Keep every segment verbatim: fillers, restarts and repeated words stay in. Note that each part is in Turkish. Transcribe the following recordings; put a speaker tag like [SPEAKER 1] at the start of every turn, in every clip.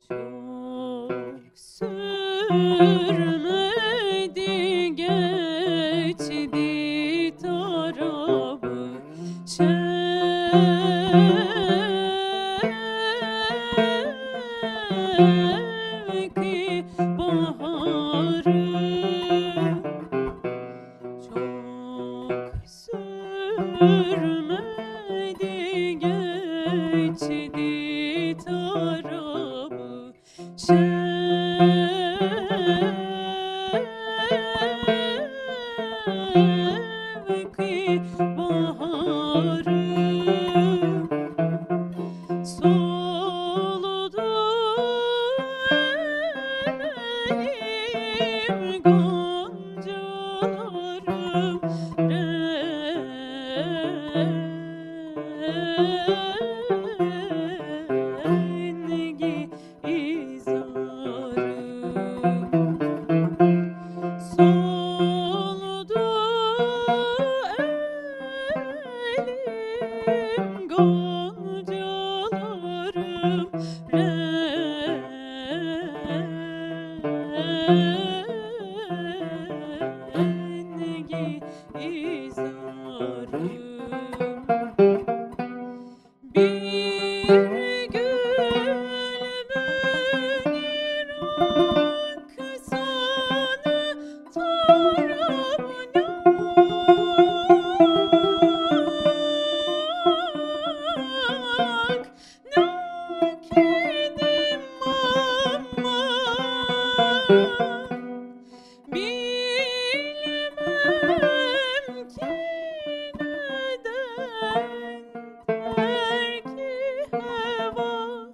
[SPEAKER 1] Çok sürmedi geçti tarabı şevki baharı. Çok sürmedi geçti tarabı şevki baharı. Soludu elim goncalarım rengi izarı. Soldu elim goncalarım rengi izarı. Bir gülbünün aksanı taramnak, nakidim aman. Bilmem ki neden terki heva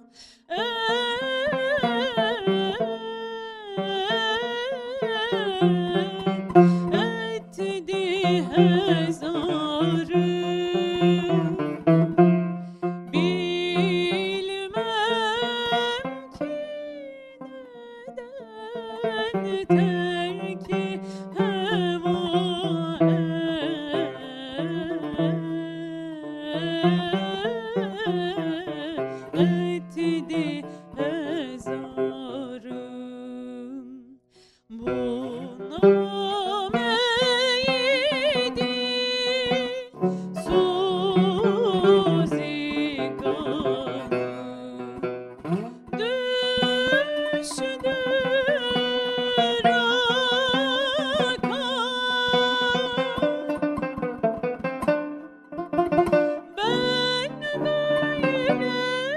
[SPEAKER 1] etti hezarı. Bilmem ki neden terki heva etti hezarım. Bu nameydi suziganı düştür akan. Ben böyle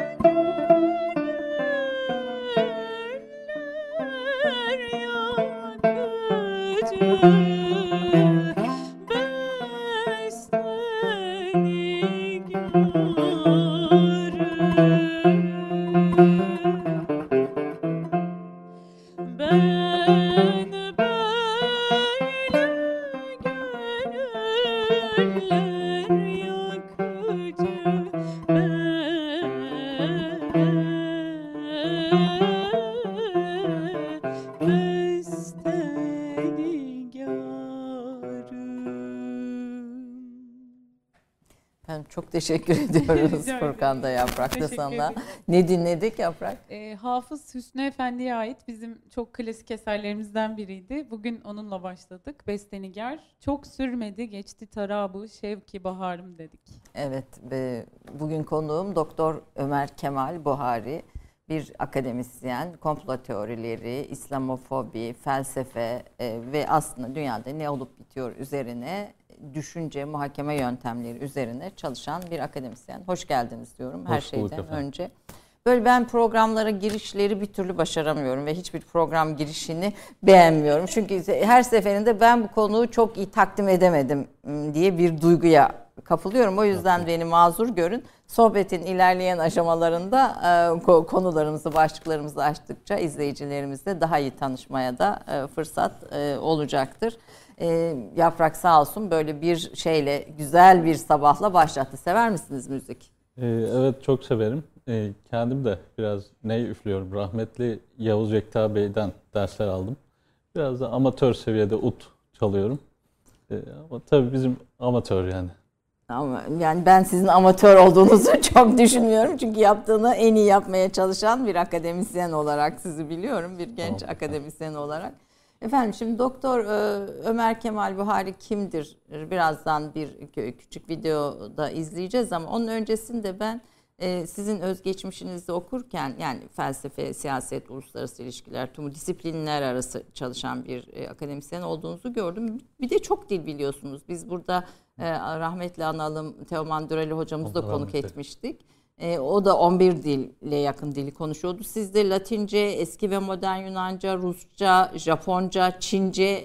[SPEAKER 1] gönüller yakıcı bestenigarı. Ben böyle gönüller yakıcı bestenigarım.
[SPEAKER 2] Ben çok teşekkür ediyoruz
[SPEAKER 1] Rica
[SPEAKER 2] Furkan da
[SPEAKER 1] ederim.
[SPEAKER 2] Yaprak da
[SPEAKER 1] Teşekkür
[SPEAKER 2] sana.
[SPEAKER 1] ederim.
[SPEAKER 2] Ne dinledik Yaprak?
[SPEAKER 1] Ee, Hafız Hüsnü Efendi'ye ait bizim çok klasik eserlerimizden biriydi. Bugün onunla başladık. Bestenigar. Çok sürmedi geçti tarabı şevki baharım dedik.
[SPEAKER 2] Evet, ve bugün konuğum Doktor Ömer Kemal Buhari. Bir akademisyen, komplo teorileri, İslamofobi, felsefe e, ve aslında dünyada ne olup bitiyor üzerine düşünce, muhakeme yöntemleri üzerine çalışan bir akademisyen. Hoş geldiniz diyorum her
[SPEAKER 3] Hoş bulduk
[SPEAKER 2] şeyden
[SPEAKER 3] efendim.
[SPEAKER 2] önce. Böyle ben programlara girişleri bir türlü başaramıyorum ve hiçbir program girişini beğenmiyorum. Çünkü her seferinde ben bu konuyu çok iyi takdim edemedim diye bir duyguya kapılıyorum. O yüzden beni mazur görün. Sohbetin ilerleyen aşamalarında konularımızı, başlıklarımızı açtıkça izleyicilerimizle daha iyi tanışmaya da fırsat olacaktır. Yaprak sağ olsun böyle bir şeyle, güzel bir sabahla başlattı. Sever misiniz müzik?
[SPEAKER 3] Evet, çok severim. Kendim de biraz ney üflüyorum. Rahmetli Yavuz Yekta Bey'den dersler aldım. Biraz da amatör seviyede ut çalıyorum. Ama tabii bizim amatör yani.
[SPEAKER 2] Ama yani ben sizin amatör olduğunuzu çok düşünmüyorum. Çünkü yaptığını en iyi yapmaya çalışan bir akademisyen olarak sizi biliyorum. Bir genç
[SPEAKER 3] Tamam.
[SPEAKER 2] akademisyen olarak. Efendim şimdi Doktor Ömer Kemal Buhari kimdir? Birazdan bir küçük videoda izleyeceğiz ama onun öncesinde ben sizin özgeçmişinizi okurken, yani felsefe, siyaset, uluslararası ilişkiler, tüm disiplinler arası çalışan bir akademisyen olduğunuzu gördüm. Bir de çok dil biliyorsunuz. Biz burada rahmetli analım Teoman Düreli hocamızı da konuk etmiştik. O da on bir dille yakın dili konuşuyordu. Siz de Latince, eski ve modern Yunanca, Rusça, Japonca, Çince,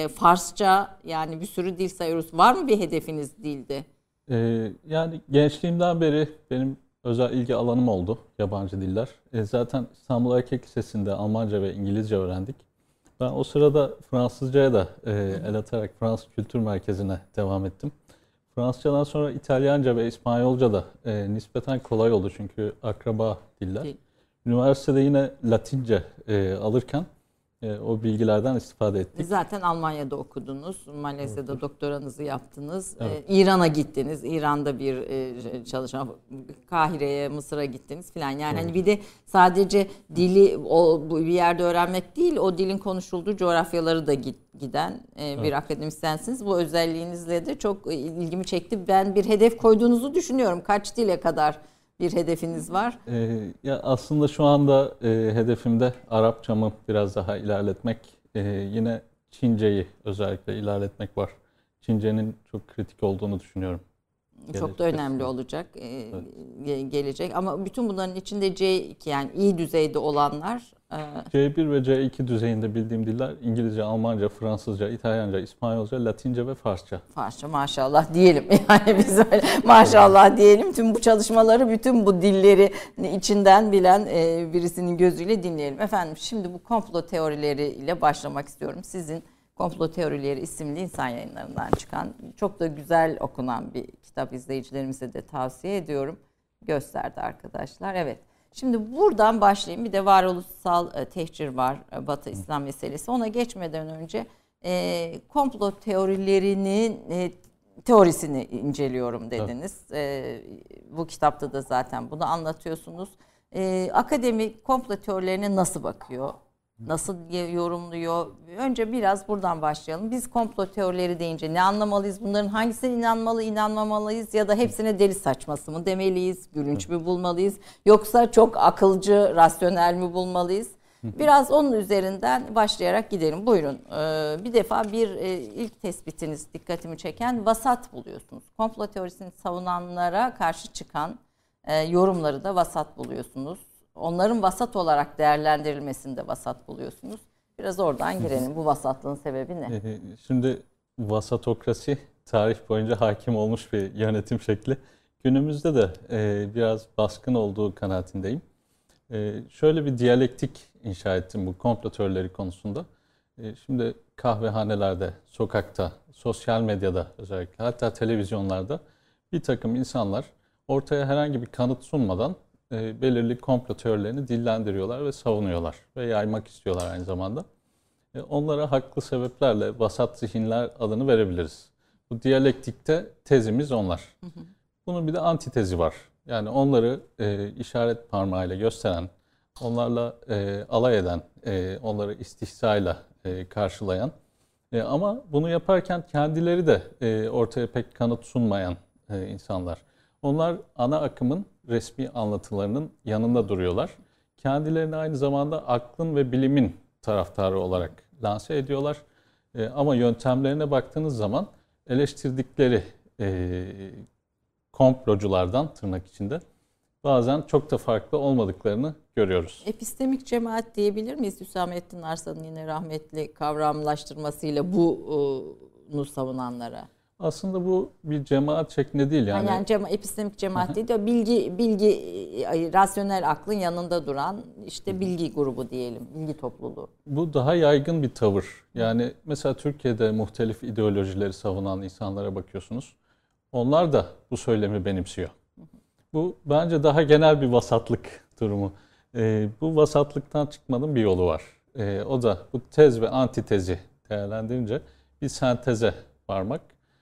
[SPEAKER 2] Farsça, yani bir sürü dil sayıyoruz. Var mı bir hedefiniz dilde?
[SPEAKER 3] Ee, yani gençliğimden beri benim özel ilgi alanım oldu yabancı diller. E, zaten İstanbul Erkek Lisesi'nde Almanca ve İngilizce öğrendik. Ben o sırada Fransızcaya da e, el atarak Fransız Kültür Merkezi'ne devam ettim. Fransızcadan sonra İtalyanca ve İspanyolca da e, nispeten kolay oldu çünkü akraba diller. Üniversitede yine Latince e, alırken e, o bilgilerden istifade ettik.
[SPEAKER 2] Zaten Almanya'da okudunuz, Malezya'da evet. doktoranızı yaptınız,
[SPEAKER 3] evet.
[SPEAKER 2] e, İran'a gittiniz, İran'da bir e, çalışma, Kahire'ye, Mısır'a gittiniz filan. Yani evet. hani bir de sadece dili o bir yerde öğrenmek değil, o dilin konuşulduğu coğrafyaları da giden e, bir evet. akademisyensiniz. Bu özelliğinizle de çok ilgimi çekti. Ben bir hedef koyduğunuzu düşünüyorum. Kaç dile kadar bir hedefiniz var?
[SPEAKER 3] Ee, ya aslında şu anda e, hedefimde Arapçamı biraz daha ilerletmek, e, yine Çince'yi özellikle ilerletmek var. Çince'nin çok kritik olduğunu düşünüyorum.
[SPEAKER 2] Çok da önemli olacak, e, evet. gelecek. Ama bütün bunların içinde C iki, yani iyi düzeyde olanlar. E...
[SPEAKER 3] C bir ve C iki düzeyinde bildiğim diller İngilizce, Almanca, Fransızca, İtalyanca, İspanyolca, Latince ve Farsça.
[SPEAKER 2] Farsça maşallah diyelim. Yani biz öyle maşallah diyelim. Tüm bu çalışmaları, bütün bu dilleri içinden bilen e, birisinin gözüyle dinleyelim. Efendim şimdi bu komplo teorileriyle başlamak istiyorum. Sizin Komplo Teorileri isimli insan yayınlarından çıkan, çok da güzel okunan bir kitap, izleyicilerimize de tavsiye ediyorum. Gösterdi arkadaşlar. Evet. Şimdi buradan başlayayım. Bir de varoluşsal e, tehcir var, e, Batı İslam meselesi. Ona geçmeden önce e, komplo teorilerinin e, teorisini inceliyorum dediniz. Evet. E, bu kitapta da zaten bunu anlatıyorsunuz. E, akademi komplo teorilerine nasıl bakıyor? Nasıl yorumluyor? Önce biraz buradan başlayalım. Biz komplo teorileri deyince ne anlamalıyız? Bunların hangisine inanmalı, inanmamalıyız? Ya da hepsine deli saçması mı demeliyiz? Gülünç mü bulmalıyız? Yoksa çok akılcı, rasyonel mi bulmalıyız? Biraz onun üzerinden başlayarak gidelim. Buyurun. Ee, bir defa bir e, ilk tespitiniz dikkatimi çeken, vasat buluyorsunuz. Komplo teorisini savunanlara karşı çıkan e, yorumları da vasat buluyorsunuz. Onların vasat olarak değerlendirilmesinde vasat buluyorsunuz. Biraz oradan girelim. Bu vasatlığın sebebi ne?
[SPEAKER 3] Şimdi vasatokrasi tarih boyunca hakim olmuş bir yönetim şekli. Günümüzde de biraz baskın olduğu kanaatindeyim. Şöyle bir diyalektik inşa ettim bu komplo teorileri konusunda. Şimdi kahvehanelerde, sokakta, sosyal medyada özellikle, hatta televizyonlarda bir takım insanlar ortaya herhangi bir kanıt sunmadan E, belirli komplo teorilerini dillendiriyorlar ve savunuyorlar ve yaymak istiyorlar aynı zamanda. E, onlara haklı sebeplerle vasat zihinler adını verebiliriz. Bu diyalektikte tezimiz onlar. Hı hı. Bunun bir de antitezi var. Yani onları e, işaret parmağıyla gösteren, onlarla e, alay eden, e, onları istihzayla e, karşılayan e, ama bunu yaparken kendileri de e, ortaya pek kanıt sunmayan e, insanlar. Onlar ana akımın resmi anlatılarının yanında duruyorlar. Kendilerini aynı zamanda aklın ve bilimin taraftarı olarak lanse ediyorlar. E, ama yöntemlerine baktığınız zaman eleştirdikleri e, komploculardan, tırnak içinde, bazen çok da farklı olmadıklarını görüyoruz.
[SPEAKER 2] Epistemik cemaat diyebilir miyiz? Hüsamettin Arslan'ın yine rahmetli kavramlaştırmasıyla bunu savunanlara.
[SPEAKER 3] Aslında bu bir cemaat şeklinde değil yani.
[SPEAKER 2] Yani cema, epistemik cemaat değil de bilgi bilgi rasyonel aklın yanında duran işte bilgi grubu diyelim, bilgi topluluğu.
[SPEAKER 3] Bu daha yaygın bir tavır. Yani mesela Türkiye'de muhtelif ideolojileri savunan insanlara bakıyorsunuz. Onlar da bu söylemi benimsiyor. Bu bence daha genel bir vasatlık durumu. Ee, bu vasatlıktan çıkmanın bir yolu var. Ee, o da bu tez ve antitezi değerlendirince bir senteze varmak.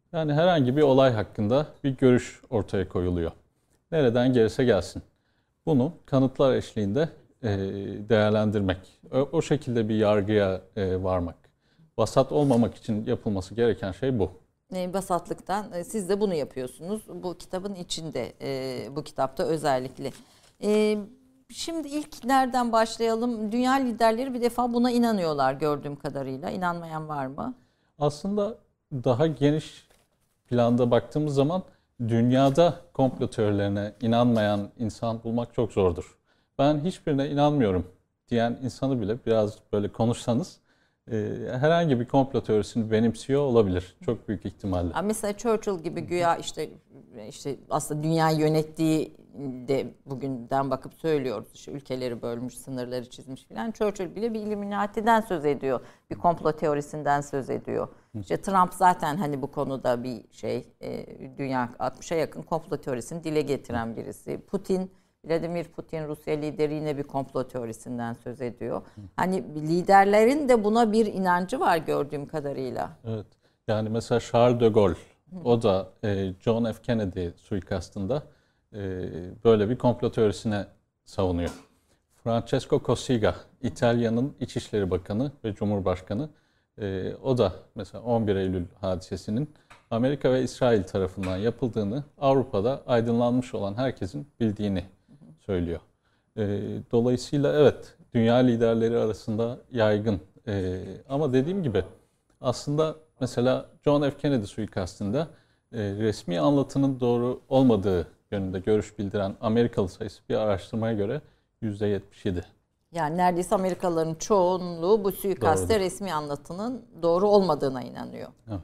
[SPEAKER 3] Yani herhangi bir olay hakkında bir görüş ortaya koyuluyor. Nereden gelirse gelsin. Bunu kanıtlar eşliğinde e, değerlendirmek. O, o şekilde bir yargıya e, varmak. Vasat olmamak için yapılması gereken şey bu.
[SPEAKER 2] E, vasatlıktan e, siz de bunu yapıyorsunuz. Bu kitabın içinde, e, bu kitapta özellikle. E, şimdi ilk nereden başlayalım? Dünya liderleri bir defa buna inanıyorlar gördüğüm kadarıyla. İnanmayan var mı?
[SPEAKER 3] Aslında daha geniş planda baktığımız zaman dünyada komplo teorilerine inanmayan insan bulmak çok zordur. Ben hiçbirine inanmıyorum diyen insanı bile biraz böyle konuşsanız e, herhangi bir komplo teorisini benimsiyor olabilir. Çok büyük ihtimalle.
[SPEAKER 2] Mesela Churchill gibi güya işte işte aslında dünyayı yönettiği de bugünden bakıp söylüyoruz. İşte ülkeleri bölmüş, sınırları çizmiş filan. Churchill bile bir Illuminati'den söz ediyor. Bir komplo teorisinden söz ediyor. İşte Trump zaten hani bu konuda bir şey, e, dünya altmışa yakın komplo teorisini dile getiren birisi. Putin, Vladimir Putin, Rusya lideri yine bir komplo teorisinden söz ediyor. Hani liderlerin de buna bir inancı var gördüğüm kadarıyla.
[SPEAKER 3] Evet. Yani mesela Charles de Gaulle, o da e, John F. Kennedy suikastında e, böyle bir komplo teorisine savunuyor. Francesco Cossiga, İtalya'nın İçişleri Bakanı ve Cumhurbaşkanı, e, o da mesela on bir Eylül hadisesinin Amerika ve İsrail tarafından yapıldığını, Avrupa'da aydınlanmış olan herkesin bildiğini söylüyor. E, dolayısıyla evet, dünya liderleri arasında yaygın. E, ama dediğim gibi aslında mesela John F. Kennedy suikastında e, resmi anlatının doğru olmadığı yönünde görüş bildiren Amerikalı sayısı bir araştırmaya göre yüzde yetmiş yedi.
[SPEAKER 2] Yani neredeyse Amerikalıların çoğunluğu bu suikaste
[SPEAKER 3] Doğrudur.
[SPEAKER 2] resmi anlatının doğru olmadığına inanıyor.
[SPEAKER 3] Evet.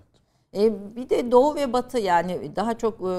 [SPEAKER 2] E, bir de Doğu ve Batı, yani daha çok e,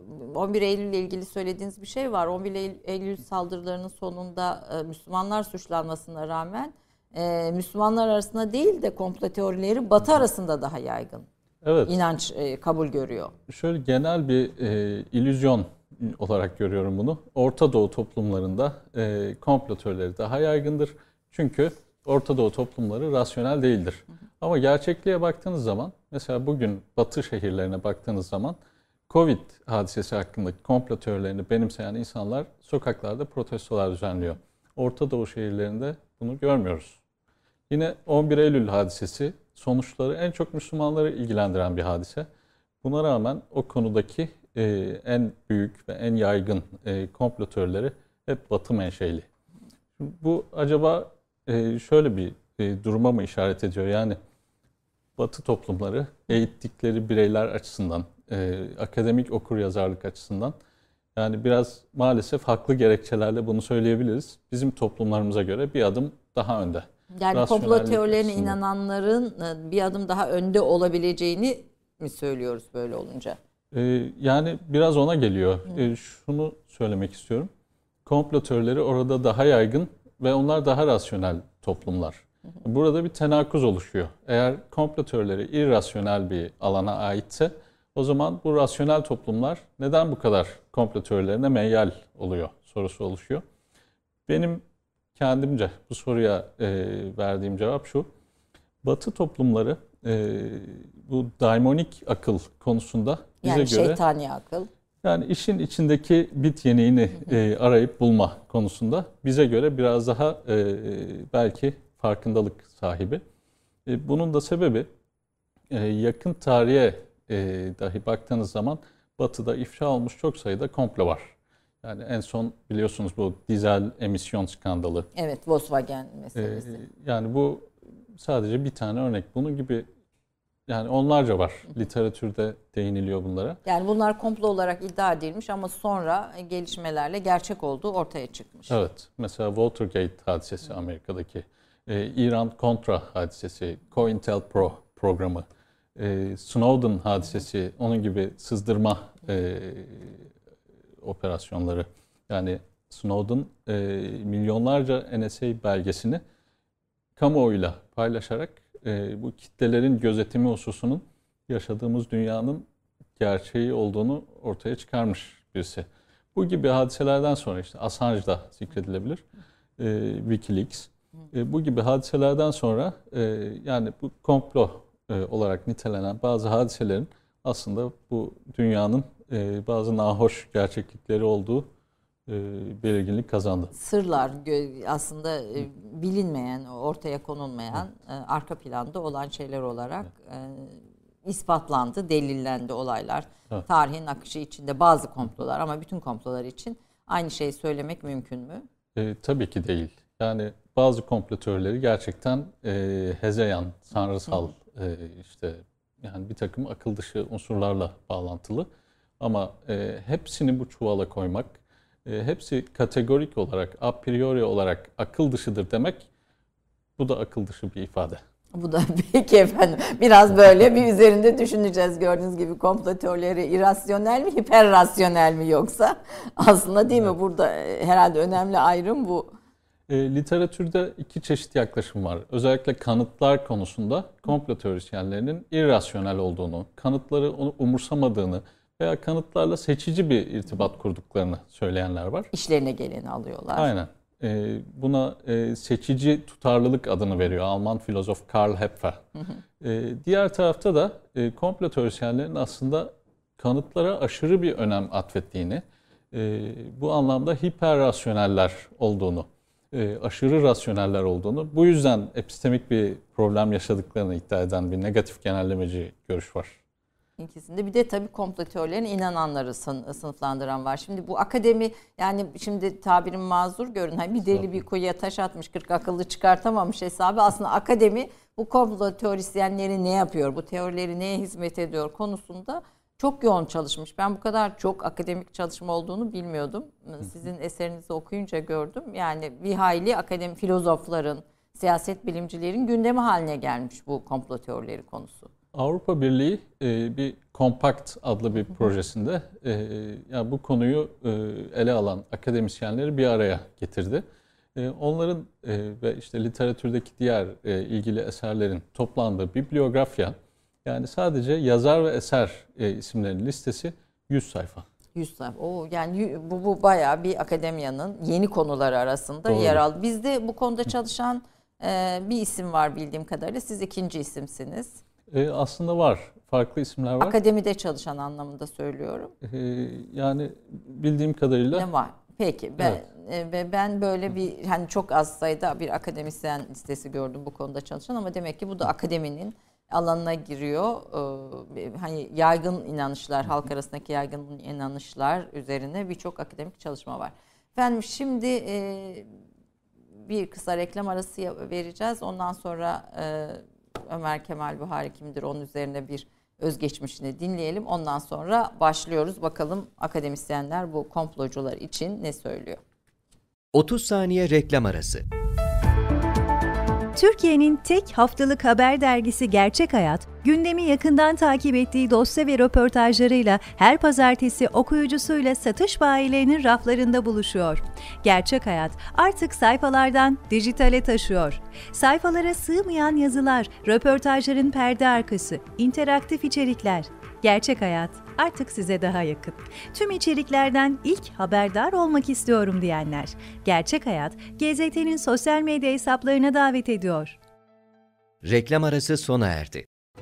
[SPEAKER 2] on bir Eylül ile ilgili söylediğiniz bir şey var. on bir Eylül saldırılarının sonunda e, Müslümanlar suçlanmasına rağmen e, Müslümanlar arasında değil de komplo teorileri Batı arasında daha yaygın.
[SPEAKER 3] Evet.
[SPEAKER 2] İnanç e, kabul görüyor.
[SPEAKER 3] Şöyle genel bir e, illüzyon olarak görüyorum bunu. Orta Doğu toplumlarında e, komplo teorileri daha yaygındır. Çünkü Orta Doğu toplumları rasyonel değildir. Hı hı. Ama gerçekliğe baktığınız zaman, mesela bugün Batı şehirlerine baktığınız zaman Covid hadisesi hakkındaki komplo teorilerini benimseyen insanlar sokaklarda protestolar düzenliyor. Orta Doğu şehirlerinde bunu görmüyoruz. Yine on bir Eylül hadisesi sonuçları en çok Müslümanları ilgilendiren bir hadise. Buna rağmen o konudaki e, en büyük ve en yaygın e, komplo teorileri hep Batı menşeli. Bu acaba e, şöyle bir e, duruma mı işaret ediyor? Yani Batı toplumları eğittikleri bireyler açısından, e, akademik okuryazarlık açısından, yani biraz maalesef haklı gerekçelerle bunu söyleyebiliriz. Bizim toplumlarımıza göre bir adım daha önde.
[SPEAKER 2] Yani komplo teorilerine inananların bir adım daha önde olabileceğini mi söylüyoruz böyle olunca?
[SPEAKER 3] Ee, yani biraz ona geliyor. Ee, şunu söylemek istiyorum. Komplo teorileri orada daha yaygın ve onlar daha rasyonel toplumlar. Burada bir tenakuz oluşuyor. Eğer komplo teorileri irrasyonel bir alana aitse, o zaman bu rasyonel toplumlar neden bu kadar komplo teorilerine meyyal oluyor sorusu oluşuyor. Benim kendimce bu soruya e, verdiğim cevap şu: Batı toplumları e, bu daimonik akıl konusunda bize
[SPEAKER 2] yani
[SPEAKER 3] göre,
[SPEAKER 2] şeytani akıl,
[SPEAKER 3] yani işin içindeki bit yeniğini e, arayıp bulma konusunda bize göre biraz daha e, belki farkındalık sahibi. E, bunun da sebebi e, yakın tarihe e, dahi baktığınız zaman Batı'da ifşa olmuş çok sayıda komplo var. Yani en son biliyorsunuz bu dizel emisyon skandalı. Evet,
[SPEAKER 2] Volkswagen meselesi.
[SPEAKER 3] Ee, yani bu sadece bir tane örnek. Bunun gibi yani onlarca var. Literatürde değiniliyor bunlara.
[SPEAKER 2] Yani bunlar komplo olarak iddia edilmiş ama sonra gelişmelerle gerçek olduğu ortaya çıkmış.
[SPEAKER 3] Evet. Mesela Watergate hadisesi Amerika'daki, ee, İran-Contra hadisesi, COINTELPRO programı, ee, Snowden hadisesi, onun gibi sızdırma ee, operasyonları. Yani Snowden e, milyonlarca N S A belgesini kamuoyuyla paylaşarak e, bu kitlelerin gözetimi hususunun yaşadığımız dünyanın gerçeği olduğunu ortaya çıkarmış birisi. Bu gibi hadiselerden sonra işte Assange da zikredilebilir, e, Wikileaks. E, bu gibi hadiselerden sonra e, yani bu komplo e, olarak nitelenen bazı hadiselerin aslında bu dünyanın e, bazı nahoş gerçeklikleri olduğu e, belirginlik kazandı.
[SPEAKER 2] Sırlar aslında e, bilinmeyen, ortaya konulmayan, e, arka planda olan şeyler olarak e, ispatlandı, delillendi olaylar. Evet. Tarihin akışı içinde bazı komplolar ama bütün komplolar için aynı şeyi söylemek mümkün mü?
[SPEAKER 3] E, tabii ki değil. Yani bazı komplo teorileri gerçekten e, hezeyan, sanrısal e, işte yani bir takım akıl dışı unsurlarla bağlantılı. Ama e, hepsini bu çuvala koymak, e, hepsi kategorik olarak, a priori olarak akıl dışıdır demek, bu da akıl dışı bir ifade.
[SPEAKER 2] Bu da peki efendim. Biraz böyle bir üzerinde düşüneceğiz. Gördüğünüz gibi komplo teorileri irrasyonel mi, hiperrasyonel mi yoksa? Aslında değil mi? Burada herhalde önemli ayrım bu.
[SPEAKER 3] E, literatürde iki çeşit yaklaşım var. Özellikle kanıtlar konusunda komplo teorisyenlerinin irrasyonel olduğunu, kanıtları onu umursamadığını veya kanıtlarla seçici bir irtibat kurduklarını söyleyenler var.
[SPEAKER 2] İşlerine geleni alıyorlar.
[SPEAKER 3] Aynen. E, buna e, seçici tutarlılık adını veriyor Alman filozof Karl Hepfer. Hı hı. E, diğer tarafta da e, komplo teorisyenlerin aslında kanıtlara aşırı bir önem atfettiğini, e, bu anlamda hiperrasyoneller olduğunu, e, aşırı rasyoneller olduğunu, bu yüzden epistemik bir problem yaşadıklarını iddia eden bir negatif genellemeci görüş var.
[SPEAKER 2] İkisinde bir de tabii komplo teorilerine inananları sınıflandıran var. Şimdi bu akademi, yani şimdi tabirim mazur görün. Bir deli bir kuyuya taş atmış, kırk akıllı çıkartamamış hesabı. Aslında akademi bu komplo teorisyenleri ne yapıyor, bu teorileri neye hizmet ediyor konusunda çok yoğun çalışmış. Ben bu kadar çok akademik çalışma olduğunu bilmiyordum. Sizin eserinizi okuyunca gördüm. Yani bir hayli akademik filozofların, siyaset bilimcilerin gündemi haline gelmiş bu komplo teorileri konusu.
[SPEAKER 3] Avrupa Birliği e, bir Kompakt adlı bir projesinde e, yani bu konuyu e, ele alan akademisyenleri bir araya getirdi. E, onların e, ve işte literatürdeki diğer e, ilgili eserlerin toplandığı bibliografya, yani sadece yazar ve eser e, isimlerinin listesi yüz sayfa.
[SPEAKER 2] yüz sayfa. Oo, yani bu, bu bayağı bir akademiyanın yeni konuları arasında Doğru. yer aldı. Bizde bu konuda çalışan e, bir isim var bildiğim kadarıyla. Siz ikinci isimsiniz.
[SPEAKER 3] E, aslında var. Farklı isimler var.
[SPEAKER 2] Akademide çalışan anlamında söylüyorum.
[SPEAKER 3] E, yani bildiğim kadarıyla.
[SPEAKER 2] Ne var? Peki. Ben, evet. e, ben böyle bir hani çok az sayıda bir akademisyen listesi gördüm bu konuda çalışan, ama demek ki bu da akademinin alanına giriyor. Ee, hani yaygın inanışlar, halk arasındaki yaygın inanışlar üzerine birçok akademik çalışma var. Efendim şimdi e, bir kısa reklam arası vereceğiz. Ondan sonra e, Ömer Kemal Buhari kimdir? Onun üzerine bir özgeçmişini dinleyelim. Ondan sonra başlıyoruz. Bakalım akademisyenler bu komplocular için ne söylüyor?
[SPEAKER 4] otuz saniye reklam arası.
[SPEAKER 5] Türkiye'nin tek haftalık haber dergisi Gerçek Hayat, gündemi yakından takip ettiği dosya ve röportajlarıyla her pazartesi okuyucusuyla satış bayilerinin raflarında buluşuyor. Gerçek Hayat artık sayfalardan dijitale taşıyor. Sayfalara sığmayan yazılar, röportajların perde arkası, interaktif içerikler. Gerçek Hayat artık size daha yakın. Tüm içeriklerden ilk haberdar olmak istiyorum diyenler, Gerçek Hayat, G Z T'nin sosyal medya hesaplarına davet ediyor.
[SPEAKER 4] Reklam arası sona erdi.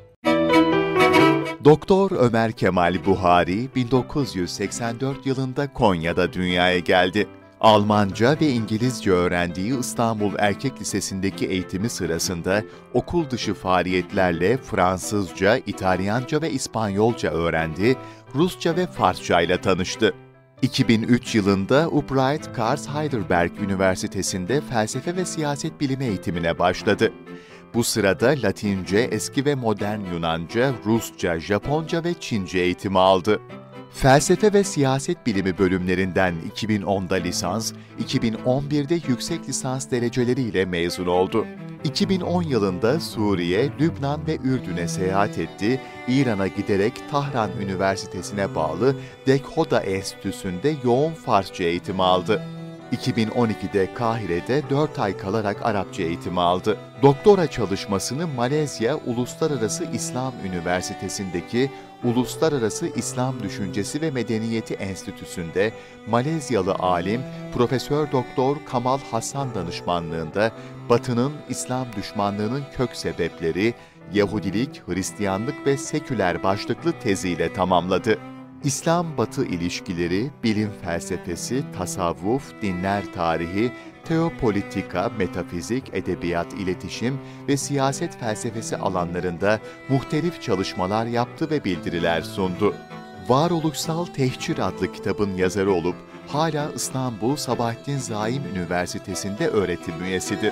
[SPEAKER 6] Doktor Ömer Kemal Buhari bin dokuz yüz seksen dört yılında Konya'da dünyaya geldi. Almanca ve İngilizce öğrendiği İstanbul Erkek Lisesi'ndeki eğitimi sırasında okul dışı faaliyetlerle Fransızca, İtalyanca ve İspanyolca öğrendi, Rusça ve Farsça ile tanıştı. iki bin üç yılında Upright Karls Heidelberg Üniversitesi'nde felsefe ve siyaset bilimi eğitimine başladı. Bu sırada Latince, eski ve modern Yunanca, Rusça, Japonca ve Çince eğitimi aldı. Felsefe ve siyaset bilimi bölümlerinden iki bin onda lisans, iki bin on birde yüksek lisans dereceleriyle mezun oldu. iki bin on yılında Suriye, Lübnan ve Ürdün'e seyahat etti, İran'a giderek Tahran Üniversitesi'ne bağlı Dekhoda Enstitüsü'nde yoğun Farsça eğitimi aldı. iki bin on ikide Kahire'de dört ay kalarak Arapça eğitimi aldı. Doktora çalışmasını Malezya Uluslararası İslam Üniversitesi'ndeki Uluslararası İslam Düşüncesi ve Medeniyeti Enstitüsü'nde Malezyalı alim Profesör Doktor Kamal Hasan danışmanlığında Batı'nın İslam düşmanlığının kök sebepleri, Yahudilik, Hristiyanlık ve seküler başlıklı teziyle tamamladı. İslam-Batı ilişkileri, bilim felsefesi, tasavvuf, dinler tarihi, teopolitika, metafizik, edebiyat, iletişim ve siyaset felsefesi alanlarında muhtelif çalışmalar yaptı ve bildiriler sundu. Varoluşsal Tehcir adlı kitabın yazarı olup hala İstanbul Sabahattin Zaim Üniversitesi'nde öğretim üyesidir.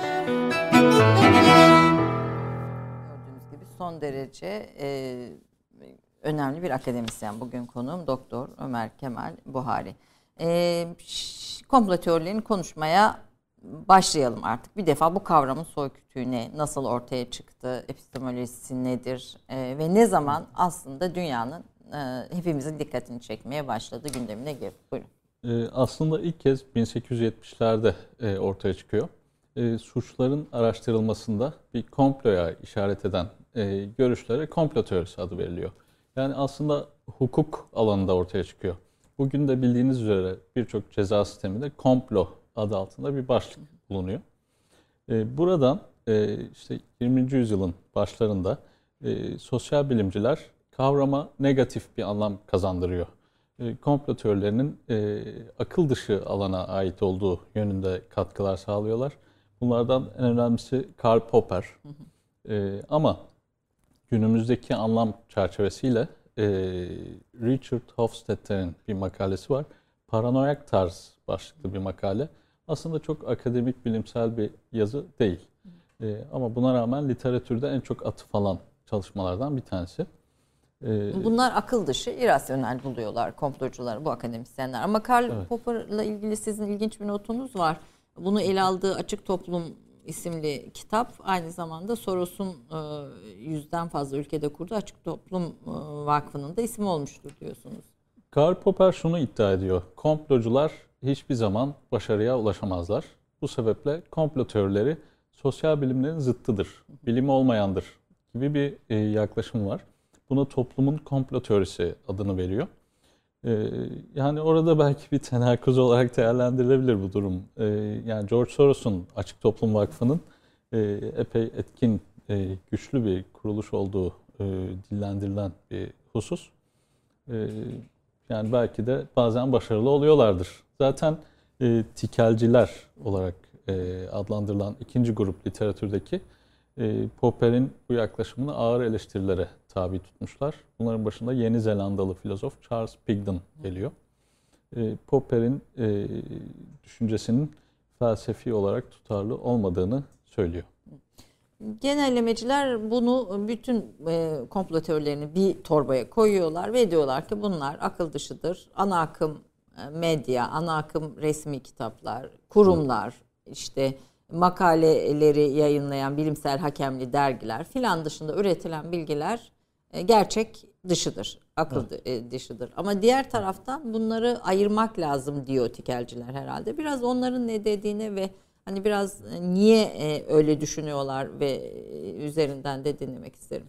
[SPEAKER 2] Gördüğünüz gibi son derece e, önemli bir akademisyen. Bugün konuğum Doktor Ömer Kemal Buhari. E, komplo teorilerini konuşmaya başlayalım artık. Bir defa bu kavramın soykütüğü ne, nasıl ortaya çıktı, epistemolojisi nedir e, ve ne zaman aslında dünyanın e, hepimizin dikkatini çekmeye başladı, gündemine girdi. Buyurun.
[SPEAKER 3] E, aslında ilk kez bin sekiz yüz yetmişlerde e, ortaya çıkıyor. E, suçların araştırılmasında bir komploya işaret eden e, görüşlere komplo teorisi adı veriliyor. Yani aslında hukuk alanında ortaya çıkıyor. Bugün de bildiğiniz üzere birçok ceza sisteminde komplo adı altında bir başlık bulunuyor. E, buradan e, işte yirminci yüzyılın başlarında e, sosyal bilimciler kavrama negatif bir anlam kazandırıyor. E, komplo teorilerinin e, akıl dışı alana ait olduğu yönünde katkılar sağlıyorlar. Bunlardan en önemlisi Karl Popper. Hı hı. E, ama günümüzdeki anlam çerçevesiyle e, Richard Hofstadter'in bir makalesi var. Paranoyak tarz başlıklı bir makale. Aslında çok akademik, bilimsel bir yazı değil. E, ama buna rağmen literatürde en çok atıf alan çalışmalardan bir tanesi. E,
[SPEAKER 2] Bunlar akıl dışı, irrasyonel buluyorlar komplocular, bu akademisyenler. Ama Karl
[SPEAKER 3] evet.
[SPEAKER 2] Popper'la ilgili sizin ilginç bir notunuz var. Bunu ele aldığı Açık Toplum isimli kitap aynı zamanda Soros'un yüzden fazla ülkede kurduğu Açık Toplum Vakfı'nın da ismi olmuştur diyorsunuz.
[SPEAKER 3] Karl Popper şunu iddia ediyor. Komplocular hiçbir zaman başarıya ulaşamazlar. Bu sebeple komplo teorileri sosyal bilimlerin zıttıdır, bilimi olmayandır gibi bir e, yaklaşım var. Buna toplumun komplo teorisi adını veriyor. E, yani orada belki bir tenakuz olarak değerlendirilebilir bu durum. E, yani George Soros'un Açık Toplum Vakfı'nın e, epey etkin, e, güçlü bir kuruluş olduğu e, dillendirilen bir husus. E, yani belki de bazen başarılı oluyorlardır. Zaten e, tikelciler olarak e, adlandırılan ikinci grup literatürdeki e, Popper'in bu yaklaşımını ağır eleştirilere tabi tutmuşlar. Bunların başında Yeni Zelandalı filozof Charles Pigden geliyor. E, Popper'in e, düşüncesinin felsefi olarak tutarlı olmadığını söylüyor.
[SPEAKER 2] Genellemeciler bunu bütün e, komplo teorilerini bir torbaya koyuyorlar ve diyorlar ki bunlar akıl dışıdır. Ana akım e, medya, ana akım resmi kitaplar, kurumlar, işte makaleleri yayınlayan bilimsel hakemli dergiler filan dışında üretilen bilgiler e, gerçek dışıdır, akıl evet. dışıdır. Ama diğer taraftan bunları ayırmak lazım diyor tikelciler herhalde. Biraz onların ne dediğine ve hani biraz niye öyle düşünüyorlar ve üzerinden de dinlemek isterim.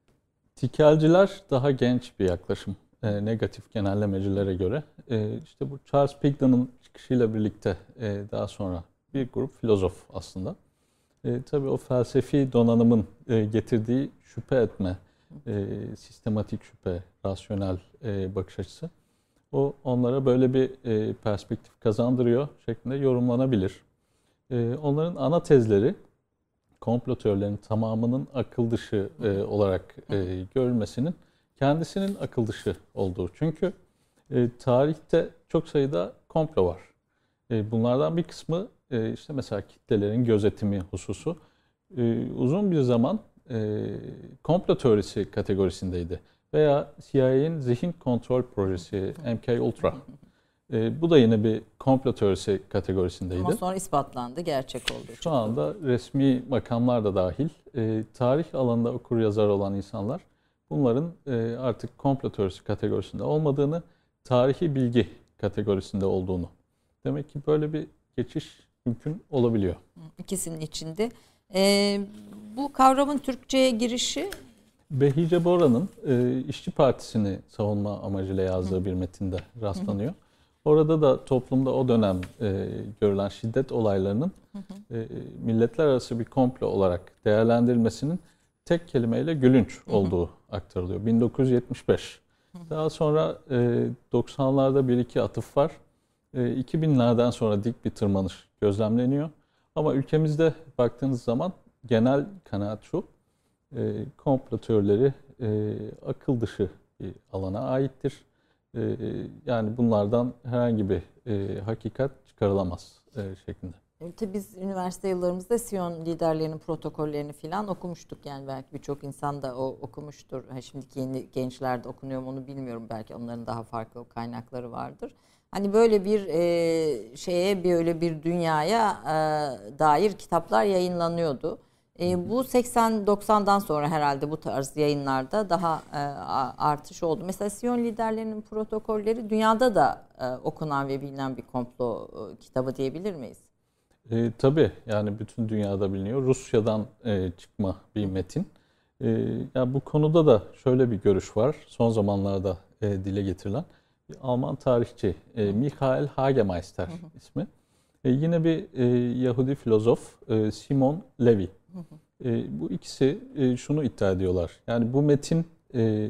[SPEAKER 3] Tikelciler daha genç bir yaklaşım. E, negatif genellemecilere göre. E, işte bu Charles Pigden'ın çıkışıyla birlikte e, daha sonra bir grup filozof aslında. E, tabii o felsefi donanımın e, getirdiği şüphe etme, e, sistematik şüphe, rasyonel e, bakış açısı. O onlara böyle bir e, perspektif kazandırıyor şeklinde yorumlanabilir. E, onların ana tezleri komplo teorilerinin tamamının akıl dışı e, olarak e, görülmesinin kendisinin akıl dışı olduğu. Çünkü e, tarihte çok sayıda komplo var. E, bunlardan bir kısmı e, işte mesela kitlelerin gözetimi hususu e, uzun bir zaman e, komplo teorisi kategorisindeydi. Veya C I A'nin zihin kontrol projesi M K Ultra. E, bu da yine bir komplo teorisi kategorisindeydi.
[SPEAKER 2] Ama sonra ispatlandı, gerçek oldu.
[SPEAKER 3] Şu anda resmi makamlar da dahil e, tarih alanında okur yazar olan insanlar bunların e, artık komplo teorisi kategorisinde olmadığını, tarihi bilgi kategorisinde olduğunu. Demek ki böyle bir geçiş mümkün olabiliyor.
[SPEAKER 2] İkisinin içinde. E, bu kavramın Türkçe'ye girişi?
[SPEAKER 3] Behice Bora'nın e, İşçi Partisi'ni savunma amacıyla yazdığı Hı. bir metinde rastlanıyor. Hı. Orada da toplumda o dönem e, görülen şiddet olaylarının hı hı. E, milletler arası bir komplo olarak değerlendirilmesinin tek kelimeyle gülünç olduğu aktarılıyor. bin dokuz yüz yetmiş beş. Daha sonra e, doksanlarda bir iki atıf var. E, iki binlerden sonra dik bir tırmanış gözlemleniyor. Ama ülkemizde baktığınız zaman genel kanaat şu, e, komplo teorileri e, akıl dışı bir alana aittir. E, yani bunlardan herhangi bir e, hakikat çıkarılamaz e, şeklinde.
[SPEAKER 2] Tabii biz üniversite yıllarımızda Siyon liderlerinin protokollerini falan okumuştuk. Yani belki birçok insan da o okumuştur. Ha, şimdiki yeni gençler de okunuyor mu onu bilmiyorum. Belki onların daha farklı kaynakları vardır. Hani böyle bir e, şeye, böyle bir dünyaya e, dair kitaplar yayınlanıyordu. E, bu seksen doksandan sonra herhalde bu tarz yayınlarda daha e, artış oldu. Mesela Siyon liderlerinin protokolleri dünyada da e, okunan ve bilinen bir komplo e, kitabı diyebilir miyiz?
[SPEAKER 3] E, tabii yani bütün dünyada biliniyor. Rusya'dan e, çıkma bir metin. E, yani bu konuda da şöyle bir görüş var. Son zamanlarda e, dile getirilen bir Alman tarihçi e, Michael Hagemeister hı hı. ismi. E, yine bir e, Yahudi filozof e, Simon Levi. Hı hı. E, bu ikisi e, şunu iddia ediyorlar. Yani bu metin e,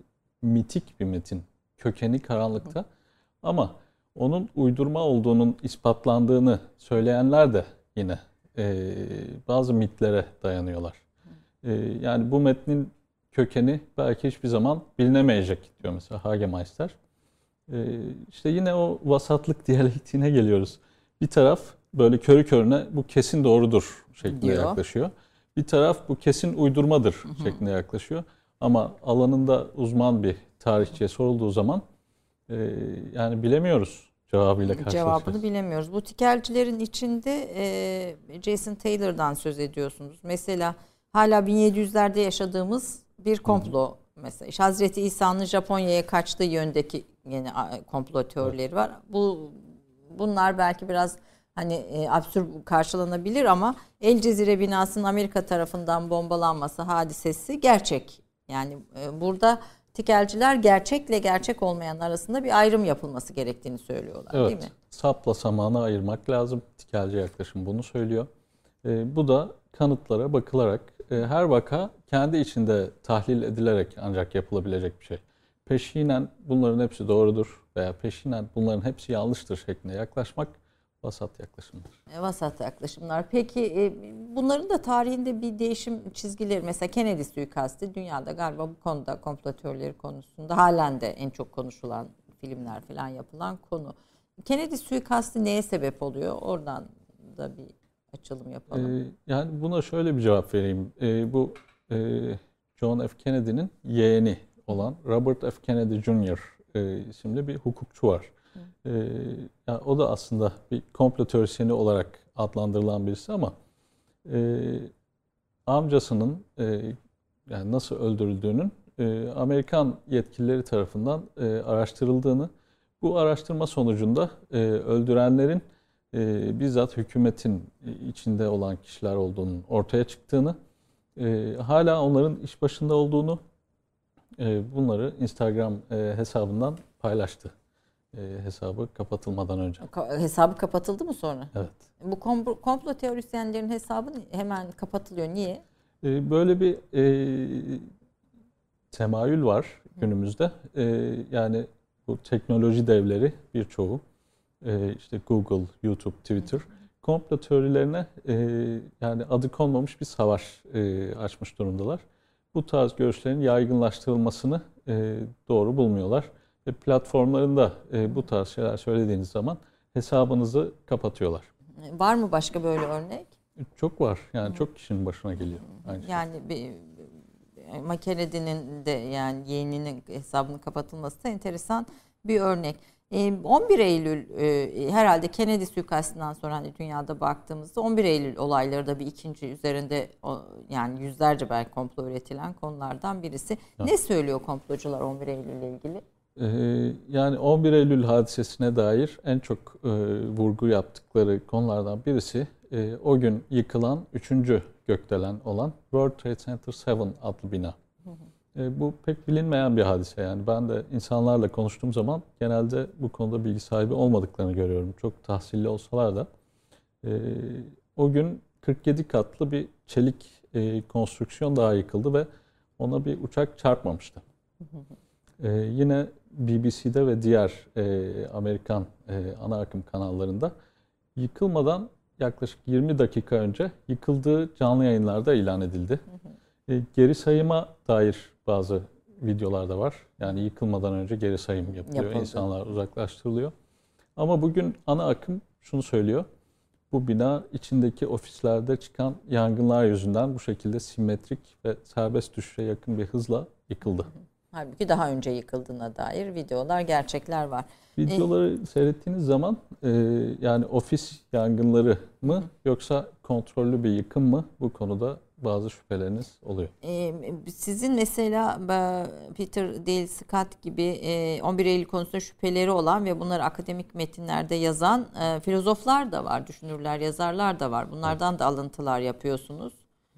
[SPEAKER 3] mitik bir metin. Kökeni karanlıkta. Hı hı. Ama onun uydurma olduğunun ispatlandığını söyleyenler de yine e, bazı mitlere dayanıyorlar. E, yani bu metnin kökeni belki hiçbir zaman bilinemeyecek diyor mesela Hagemeister. E, işte yine o vasatlık diyalektiğine geliyoruz. Bir taraf böyle körü körüne bu kesin doğrudur şeklinde diyor. Yaklaşıyor. Bir taraf bu kesin uydurmadır hı hı. şeklinde yaklaşıyor. Ama alanında uzman bir tarihçiye sorulduğu zaman e, yani bilemiyoruz cevabıyla karşılaşıyoruz.
[SPEAKER 2] Cevabını bilemiyoruz. Bu tikelcilerin içinde e, Jason Taylor'dan söz ediyorsunuz. Mesela hala bin yedi yüzlerde yaşadığımız bir komplo. Hı hı. Mesela işte Hazreti İsa'nın Japonya'ya kaçtığı yöndeki yine komplo teorileri var. Bu bunlar belki biraz hani e, absürt karşılanabilir ama El Cezire binasının Amerika tarafından bombalanması hadisesi gerçek. Yani e, burada tikelciler gerçekle gerçek olmayan arasında bir ayrım yapılması gerektiğini söylüyorlar,
[SPEAKER 3] evet,
[SPEAKER 2] değil mi?
[SPEAKER 3] Sapla samanı ayırmak lazım. Tikelci yaklaşım bunu söylüyor. E, bu da kanıtlara bakılarak e, her vaka kendi içinde tahlil edilerek ancak yapılabilecek bir şey. Peşinen bunların hepsi doğrudur veya peşinen bunların hepsi yanlıştır şeklinde yaklaşmak vasat yaklaşımlar.
[SPEAKER 2] E, vasat yaklaşımlar. Peki e, bunların da tarihinde bir değişim çizgileri, mesela Kennedy suikastı dünyada galiba bu konuda komplo teorileri konusunda halen de en çok konuşulan filmler falan yapılan konu. Kennedy suikastı neye sebep oluyor? Oradan da bir açılım yapalım.
[SPEAKER 3] Ee, yani buna şöyle bir cevap vereyim. Ee, bu e, John F. Kennedy'nin yeğeni olan Robert F. Kennedy Junior E, isimli bir hukukçu var. Ee, yani o da aslında bir komplo teorisyeni olarak adlandırılan birisi ama e, amcasının e, yani nasıl öldürüldüğünün e, Amerikan yetkilileri tarafından e, araştırıldığını, bu araştırma sonucunda e, öldürenlerin e, bizzat hükümetin içinde olan kişiler olduğunun ortaya çıktığını, e, hala onların iş başında olduğunu, e, bunları Instagram e, hesabından paylaştı. E, hesabı kapatılmadan önce.
[SPEAKER 2] Ka- hesabı kapatıldı mı sonra?
[SPEAKER 3] Evet.
[SPEAKER 2] Bu komplo, komplo teorisyenlerin hesabı hemen kapatılıyor. Niye?
[SPEAKER 3] E, böyle bir e, temayül var günümüzde. E, yani bu teknoloji devleri birçoğu, e, işte Google, YouTube, Twitter, komplo teorilerine e, yani adı konmamış bir savaş e, açmış durumdalar. Bu tarz görüşlerin yaygınlaştırılmasını e, doğru bulmuyorlar. Ve platformlarında e, bu tarz şeyler söylediğiniz zaman hesabınızı kapatıyorlar.
[SPEAKER 2] Var mı başka böyle örnek?
[SPEAKER 3] Çok var. Yani çok kişinin başına geliyor. Aynı
[SPEAKER 2] yani bir Kennedy'nin de yani yeğeninin hesabının kapatılması da enteresan bir örnek. on bir Eylül herhalde Kennedy suikastından sonra hani dünyada baktığımızda on bir Eylül olayları da bir ikinci üzerinde yani yüzlerce belki komplo üretilen konulardan birisi. Evet. Ne söylüyor komplocular on bir Eylül ile ilgili?
[SPEAKER 3] Yani on bir Eylül hadisesine dair en çok vurgu yaptıkları konulardan birisi o gün yıkılan üçüncü gökdelen olan World Trade Center yedi adlı bina. Hı hı. Bu pek bilinmeyen bir hadise yani. Ben de insanlarla konuştuğum zaman genelde bu konuda bilgi sahibi olmadıklarını görüyorum. Çok tahsilli olsalar da. O gün kırk yedi katlı bir çelik e, konstrüksiyon daha yıkıldı ve ona bir uçak çarpmamıştı. E, yine B B C'de ve diğer e, Amerikan e, ana akım kanallarında yıkılmadan yaklaşık yirmi dakika önce yıkıldığı canlı yayınlarda ilan edildi. E, geri sayıma dair bazı videolar da var. Yani yıkılmadan önce geri sayım yapılıyor.
[SPEAKER 2] Yapıldı.
[SPEAKER 3] İnsanlar uzaklaştırılıyor. Ama bugün ana akım şunu söylüyor. Bu bina içindeki ofislerde çıkan yangınlar yüzünden bu şekilde simetrik ve serbest düşüşe yakın bir hızla yıkıldı.
[SPEAKER 2] Halbuki daha önce yıkıldığına dair videolar, gerçekler var.
[SPEAKER 3] Videoları e, seyrettiğiniz zaman e, yani ofis yangınları mı yoksa kontrollü bir yıkım mı, bu konuda bazı şüpheleriniz oluyor.
[SPEAKER 2] E, sizin mesela Peter Dale Scott gibi e, on bir Eylül konusunda şüpheleri olan ve bunları akademik metinlerde yazan e, filozoflar da var, düşünürler, yazarlar da var. Bunlardan da alıntılar yapıyorsunuz.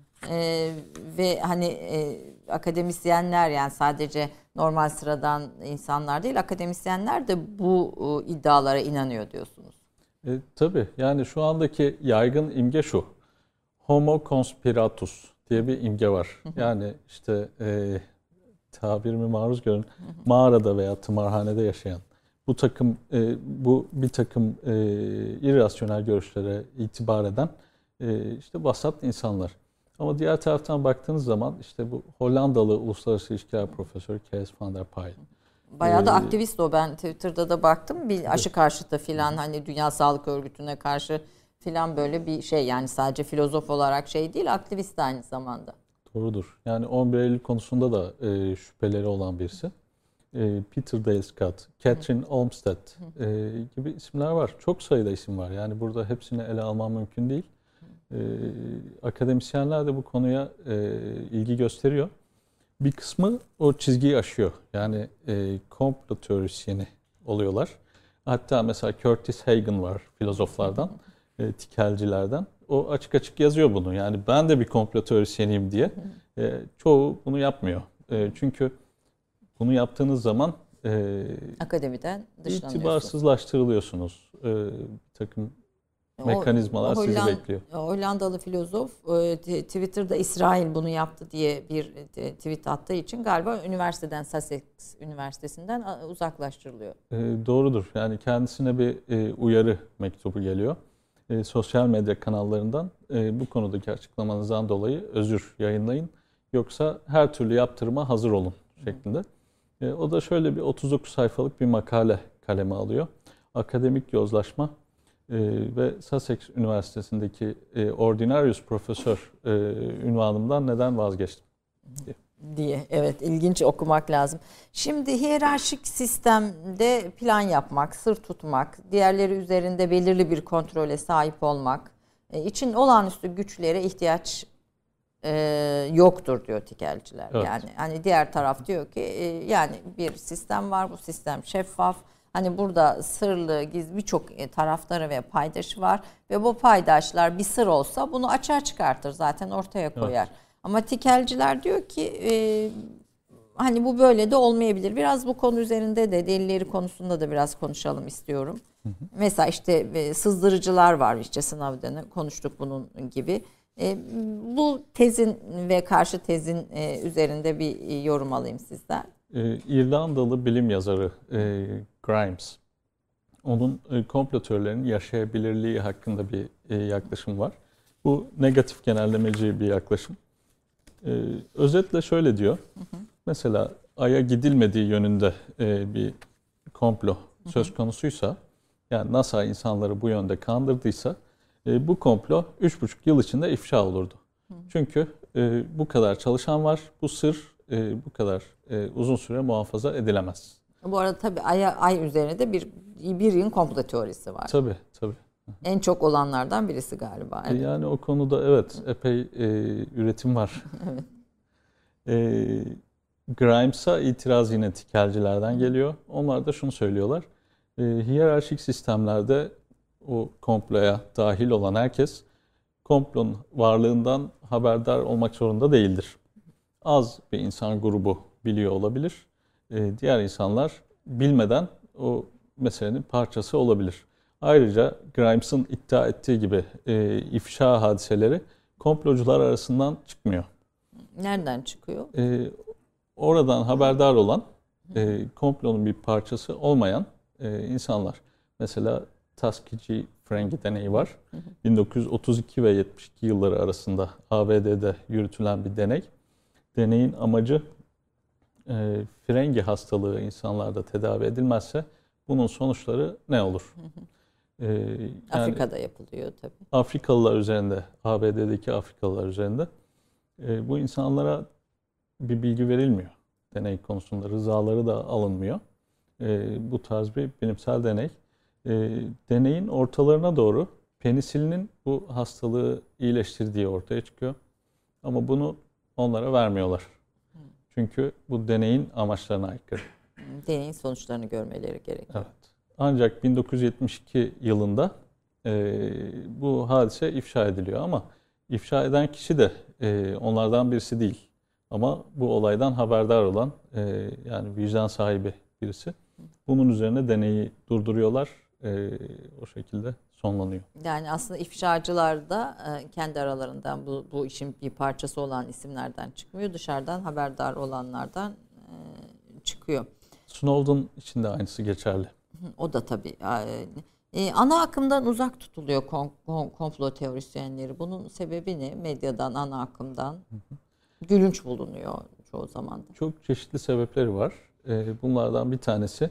[SPEAKER 2] Ee, ve hani e, akademisyenler, yani sadece normal sıradan insanlar değil, akademisyenler de bu e, iddialara inanıyor diyorsunuz.
[SPEAKER 3] E, tabii yani şu andaki yaygın imge şu. Homo conspiratus diye bir imge var. Yani işte e, tabirimi maruz görün, mağarada veya tımarhanede yaşayan bu takım e, bu bir takım e, irrasyonel görüşlere itibar eden e, işte vasat insanlar. Ama diğer taraftan baktığınız zaman işte bu Hollandalı uluslararası ilişkiler profesörü Kees van der Pijl.
[SPEAKER 2] Bayağı da
[SPEAKER 3] ee,
[SPEAKER 2] aktivist o. Ben Twitter'da da baktım. Bir aşı karşıtı filan, hani Dünya Sağlık Örgütü'ne karşı filan, böyle bir şey. Yani sadece filozof olarak şey değil, aktivist aynı zamanda.
[SPEAKER 3] Doğrudur. Yani on bir Eylül konusunda da e, şüpheleri olan birisi. E, Peter Dale Scott, Catherine Olmsted e, gibi isimler var. Çok sayıda isim var. Yani burada hepsini ele almam mümkün değil. Ee, akademisyenler de bu konuya e, ilgi gösteriyor. Bir kısmı o çizgiyi aşıyor. Yani e, komplo teorisyeni oluyorlar. Hatta mesela Curtis Hagen var filozoflardan, e, tikelcilerden. O açık açık yazıyor bunu. Yani ben de bir komplo teorisyeniyim diye. E, çoğu bunu yapmıyor. E, çünkü bunu yaptığınız zaman e,
[SPEAKER 2] akademiden dışlanıyorsunuz.
[SPEAKER 3] İtibarsızlaştırılıyorsunuz. E, bir takım mekanizmalar
[SPEAKER 2] o, o
[SPEAKER 3] sizi
[SPEAKER 2] Holland,
[SPEAKER 3] bekliyor.
[SPEAKER 2] Hollandalı filozof Twitter'da İsrail bunu yaptı diye bir tweet attığı için galiba üniversiteden, Sussex Üniversitesi'nden uzaklaştırılıyor.
[SPEAKER 3] E, doğrudur. Yani kendisine bir e, uyarı mektubu geliyor. E, sosyal medya kanallarından e, bu konudaki açıklamanızdan dolayı özür yayınlayın. Yoksa her türlü yaptırıma hazır olun şeklinde. E, o da şöyle bir otuz dokuz sayfalık bir makale kaleme alıyor. Akademik yozlaşma Ee, ve Sussex Üniversitesi'ndeki e, Ordinarius Profesör e, ünvanımdan neden vazgeçtim diye.
[SPEAKER 2] diye. Evet, ilginç, okumak lazım. Şimdi hiyerarşik sistemde plan yapmak, sır tutmak, diğerleri üzerinde belirli bir kontrole sahip olmak e, için olağanüstü güçlere ihtiyaç e, yoktur diyor Tikelciler.
[SPEAKER 3] Evet.
[SPEAKER 2] Yani hani diğer taraf diyor ki e, yani bir sistem var, bu sistem şeffaf. Hani burada sırlı, gizli birçok taraftarı ve paydaşı var ve bu paydaşlar bir sır olsa bunu açığa çıkartır, zaten ortaya koyar. Evet. Ama Tikelciler diyor ki e, hani bu böyle de olmayabilir. Biraz bu konu üzerinde de, delilleri konusunda da biraz konuşalım istiyorum. Hı hı. Mesela işte e, sızdırıcılar var, işte sınavda konuştuk bunun gibi. E, bu tezin ve karşı tezin e, üzerinde bir yorum alayım sizden.
[SPEAKER 3] E, İrlandalı bilim yazarı e, Grimes, onun e, komplo teorilerinin yaşayabilirliği hakkında bir e, yaklaşım var. Bu negatif genellemeci bir yaklaşım. E, özetle şöyle diyor. Hı hı. Mesela Ay'a gidilmediği yönünde e, bir komplo söz konusuysa, yani NASA insanları bu yönde kandırdıysa, e, bu komplo üç buçuk yıl içinde ifşa olurdu. Hı. Çünkü e, bu kadar çalışan var, bu sır e, bu kadar e, uzun süre muhafaza edilemez.
[SPEAKER 2] Bu arada tabii Ay, Ay üzerine de bir bir yığın komplo teorisi var.
[SPEAKER 3] Tabii, tabii.
[SPEAKER 2] En çok olanlardan birisi galiba. Evet.
[SPEAKER 3] Yani o konuda evet epey e, üretim var. Evet. E, Grimes'a itiraz yine Tikelcilerden geliyor. Onlar da şunu söylüyorlar. E, hiyerarşik sistemlerde o komploya dahil olan herkes komplonun varlığından haberdar olmak zorunda değildir. Az bir insan grubu biliyor olabilir. E, diğer insanlar bilmeden o meselenin parçası olabilir. Ayrıca Grimes'ın iddia ettiği gibi e, ifşa hadiseleri komplocular arasından çıkmıyor.
[SPEAKER 2] Nereden çıkıyor?
[SPEAKER 3] E, oradan haberdar olan, e, komplonun bir parçası olmayan e, insanlar. Mesela Tuskegee Ferengi deneyi var. bin dokuz yüz otuz iki ve yetmiş iki yılları arasında A B D'de yürütülen bir deney. Deneyin amacı e, Ferengi hastalığı insanlarda tedavi edilmezse bunun sonuçları ne olur? E, yani
[SPEAKER 2] Afrika'da yapılıyor tabii.
[SPEAKER 3] Afrikalılar üzerinde, A B D'deki Afrikalılar üzerinde e, bu insanlara bir bilgi verilmiyor. Deney konusunda rızaları da alınmıyor. E, bu tarz bir bilimsel deney. E, deneyin ortalarına doğru penisilinin bu hastalığı iyileştirdiği ortaya çıkıyor. Ama bunu onlara vermiyorlar. Çünkü bu deneyin amaçlarına aykırı.
[SPEAKER 2] Deneyin sonuçlarını görmeleri gerekiyor.
[SPEAKER 3] Evet. Ancak bin dokuz yüz yetmiş iki yılında e, bu hadise ifşa ediliyor ama ifşa eden kişi de e, onlardan birisi değil. Ama bu olaydan haberdar olan e, yani vicdan sahibi birisi. Bunun üzerine deneyi durduruyorlar. E, o şekilde sonlanıyor.
[SPEAKER 2] Yani aslında ifşacılar da e, kendi aralarından bu, bu işin bir parçası olan isimlerden çıkmıyor. Dışarıdan haberdar olanlardan e, çıkıyor.
[SPEAKER 3] Snowden için de aynısı geçerli.
[SPEAKER 2] O da tabii. E, ana akımdan uzak tutuluyor kom, kom, komplo teorisyenleri. Bunun sebebi ne? Medyadan, ana akımdan gülünç bulunuyor çoğu zaman da.
[SPEAKER 3] Çok çeşitli sebepleri var. E, bunlardan bir tanesi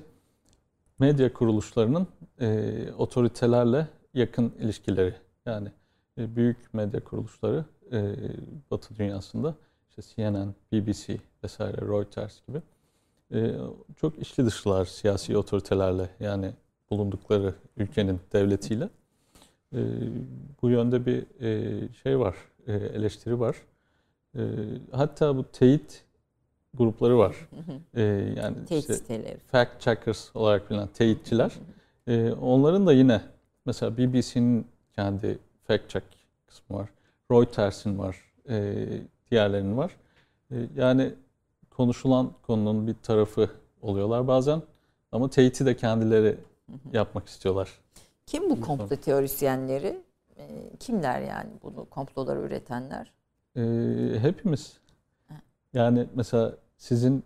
[SPEAKER 3] medya kuruluşlarının e, otoritelerle yakın ilişkileri. Yani e, büyük medya kuruluşları e, Batı dünyasında işte C N N, B B C vesaire, Reuters gibi e, çok içli dışlılar siyasi otoritelerle, yani bulundukları ülkenin devletiyle. E, bu yönde bir e, şey var, e, eleştiri var. E, hatta bu teyit grupları var. E, yani
[SPEAKER 2] Teyit
[SPEAKER 3] işte
[SPEAKER 2] siteleri.
[SPEAKER 3] Fact checkers olarak bilinen teyitçiler. E, onların da yine mesela B B C'nin kendi fact check kısmı var. Reuters'in var. E, diğerlerinin var. E, yani konuşulan konunun bir tarafı oluyorlar bazen. Ama teyiti de kendileri yapmak istiyorlar.
[SPEAKER 2] Kim bu komplo teorisyenleri? E, kimler yani bunu komploları üretenler?
[SPEAKER 3] E, hepimiz. Yani mesela sizin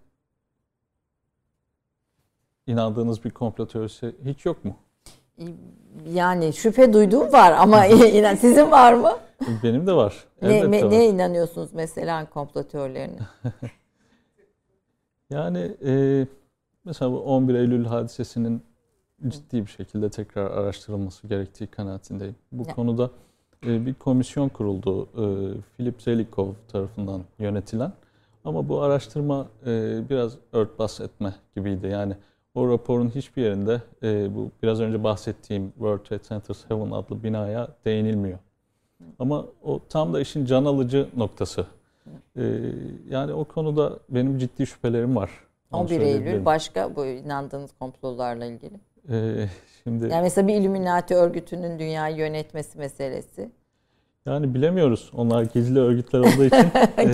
[SPEAKER 3] inandığınız bir komplo teorisi hiç yok mu?
[SPEAKER 2] Yani şüphe duyduğum var ama inan sizin var mı?
[SPEAKER 3] Benim de var.
[SPEAKER 2] Ne, me,
[SPEAKER 3] var.
[SPEAKER 2] neye inanıyorsunuz mesela komplo teorilerine?
[SPEAKER 3] Yani e, mesela bu on bir Eylül hadisesinin ciddi bir şekilde tekrar araştırılması gerektiği kanaatindeyim. Bu
[SPEAKER 2] ya.
[SPEAKER 3] konuda e, bir komisyon kuruldu. E, Philip Zelikow tarafından yönetilen. Ama bu araştırma e, biraz örtbas etme gibiydi. Yani o raporun hiçbir yerinde e, bu biraz önce bahsettiğim World Trade Center Seven adlı binaya değinilmiyor. Ama o tam da işin can alıcı noktası. E, yani o konuda benim ciddi şüphelerim var.
[SPEAKER 2] on bir Eylül başka bu inandığınız komplolarla ilgili.
[SPEAKER 3] E, şimdi
[SPEAKER 2] yani mesela bir Illuminati örgütünün dünyayı yönetmesi meselesi.
[SPEAKER 3] Yani bilemiyoruz. Onlar gizli örgütler olduğu için.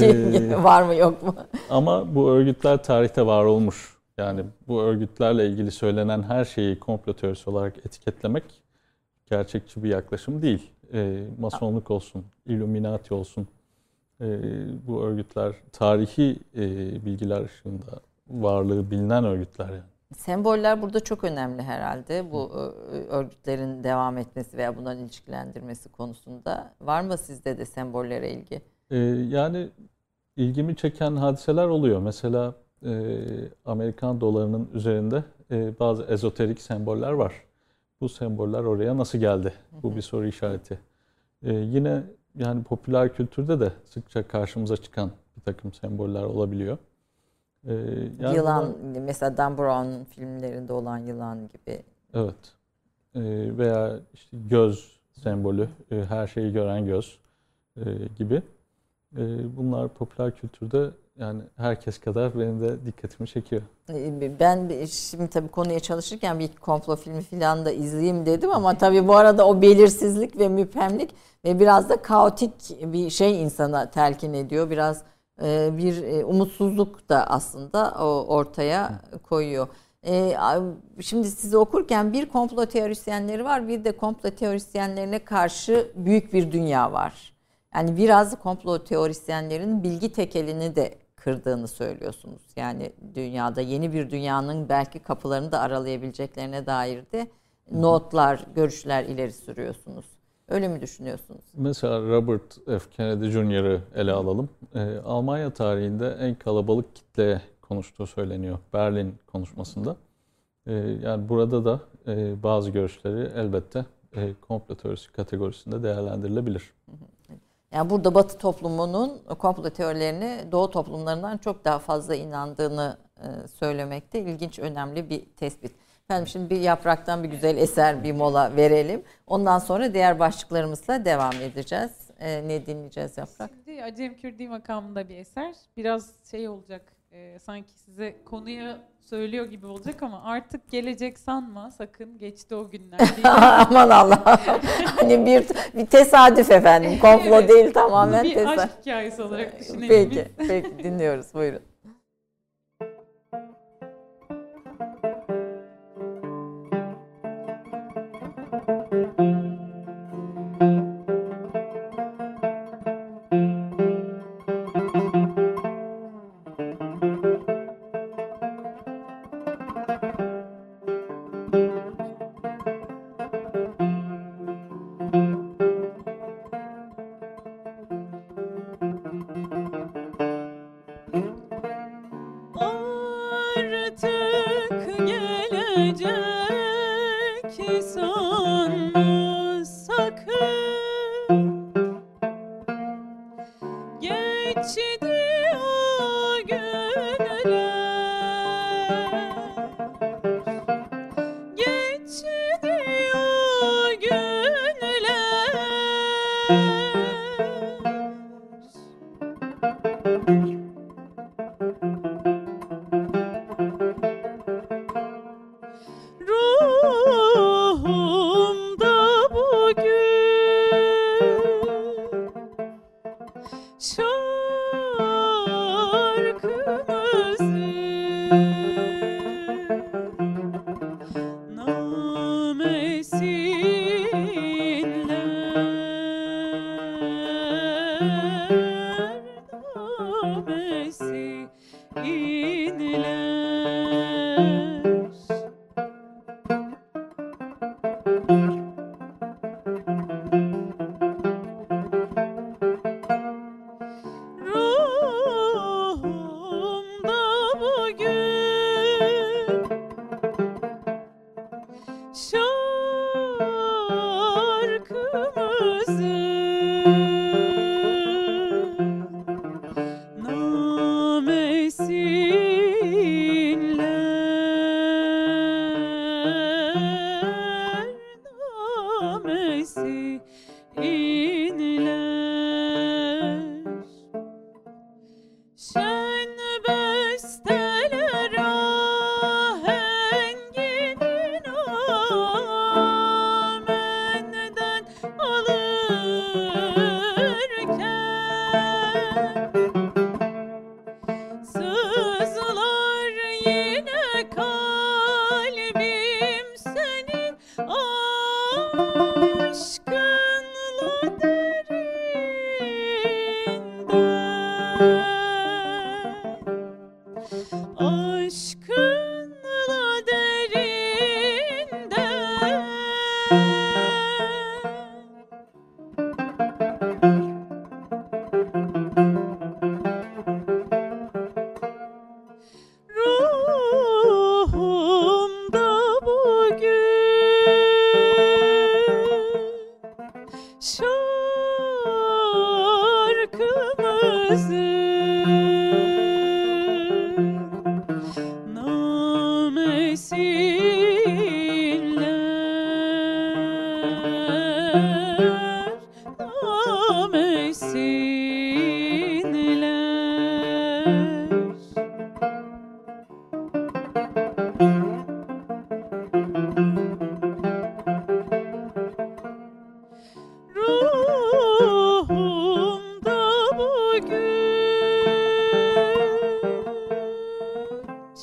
[SPEAKER 2] e, var mı yok mu?
[SPEAKER 3] Ama bu örgütler tarihte var olmuş. Yani bu örgütlerle ilgili söylenen her şeyi komplo teorisi olarak etiketlemek gerçekçi bir yaklaşım değil. E, Masonluk olsun, Illuminati olsun. E, bu örgütler tarihi e, bilgiler ışığında varlığı bilinen örgütler yani.
[SPEAKER 2] Semboller burada çok önemli herhalde. Bu örgütlerin devam etmesi veya bunların ilişkilendirmesi konusunda. Var mı sizde de sembollere ilgi?
[SPEAKER 3] Ee, yani ilgimi çeken hadiseler oluyor. Mesela e, Amerikan dolarının üzerinde e, bazı ezoterik semboller var. Bu semboller oraya nasıl geldi? Bu bir soru işareti. E, yine yani popüler kültürde de sıkça karşımıza çıkan bir takım semboller olabiliyor. Ee, yani
[SPEAKER 2] yılan,
[SPEAKER 3] buna,
[SPEAKER 2] mesela Dan Brown'un filmlerinde olan yılan gibi.
[SPEAKER 3] Evet. Ee, veya işte göz sembolü, e, her şeyi gören göz e, gibi. E, bunlar popüler kültürde yani herkes kadar benim de dikkatimi çekiyor.
[SPEAKER 2] Ben şimdi tabii konuya çalışırken bir komplo filmi falan da izleyeyim dedim ama tabii bu arada o belirsizlik ve müphemlik ve biraz da kaotik bir şey insana telkin ediyor. Biraz bir umutsuzluk da aslında ortaya koyuyor. Şimdi sizi okurken bir komplo teorisyenleri var, bir de komplo teorisyenlerine karşı büyük bir dünya var. Yani biraz komplo teorisyenlerin bilgi tekelini de kırdığını söylüyorsunuz. Yani dünyada yeni bir dünyanın belki kapılarını da aralayabileceklerine dair de notlar, görüşler ileri sürüyorsunuz. Öyle mi düşünüyorsunuz?
[SPEAKER 3] Mesela Robert F. Kennedy Junior'ı ele alalım. Ee, Almanya tarihinde en kalabalık kitleye konuştuğu söyleniyor Berlin konuşmasında. Ee, yani burada da e, bazı görüşleri elbette e, komplo teorisi kategorisinde değerlendirilebilir.
[SPEAKER 2] Yani burada Batı toplumunun komplo teorilerini Doğu toplumlarından çok daha fazla inandığını e, söylemekte ilginç, önemli bir tespit. Efendim şimdi bir yapraktan bir güzel eser, bir mola verelim. Ondan sonra diğer başlıklarımızla devam edeceğiz. E, ne dinleyeceğiz Yaprak?
[SPEAKER 1] Şimdi Acem Kürdi makamında bir eser. Biraz şey olacak, e, sanki size konuya söylüyor gibi olacak ama artık gelecek sanma sakın, geçti o günler.
[SPEAKER 2] Aman Allah. Hani bir, bir tesadüf efendim. Komplo
[SPEAKER 1] Evet,
[SPEAKER 2] değil, tamamen
[SPEAKER 1] bir
[SPEAKER 2] tesadüf.
[SPEAKER 1] aşk hikayesi olarak düşünelim
[SPEAKER 2] Peki,
[SPEAKER 1] biz.
[SPEAKER 2] peki dinliyoruz. Buyurun.
[SPEAKER 1] Artık gelecek sanma sakın, geçti o günler, geçti o günler. Ruhumda bugün şarkımızı namesinler, namesinler. Ruhumda bugün şarkımızı namesinler, namesinler. Şen besteler ahenginin amenden alırken, sızlar yine kalbim senin aşkınla derinden, aşkınla derinden. Ruhumda bugün şarkımızı namesinler, namesinler. Ruhumda bugün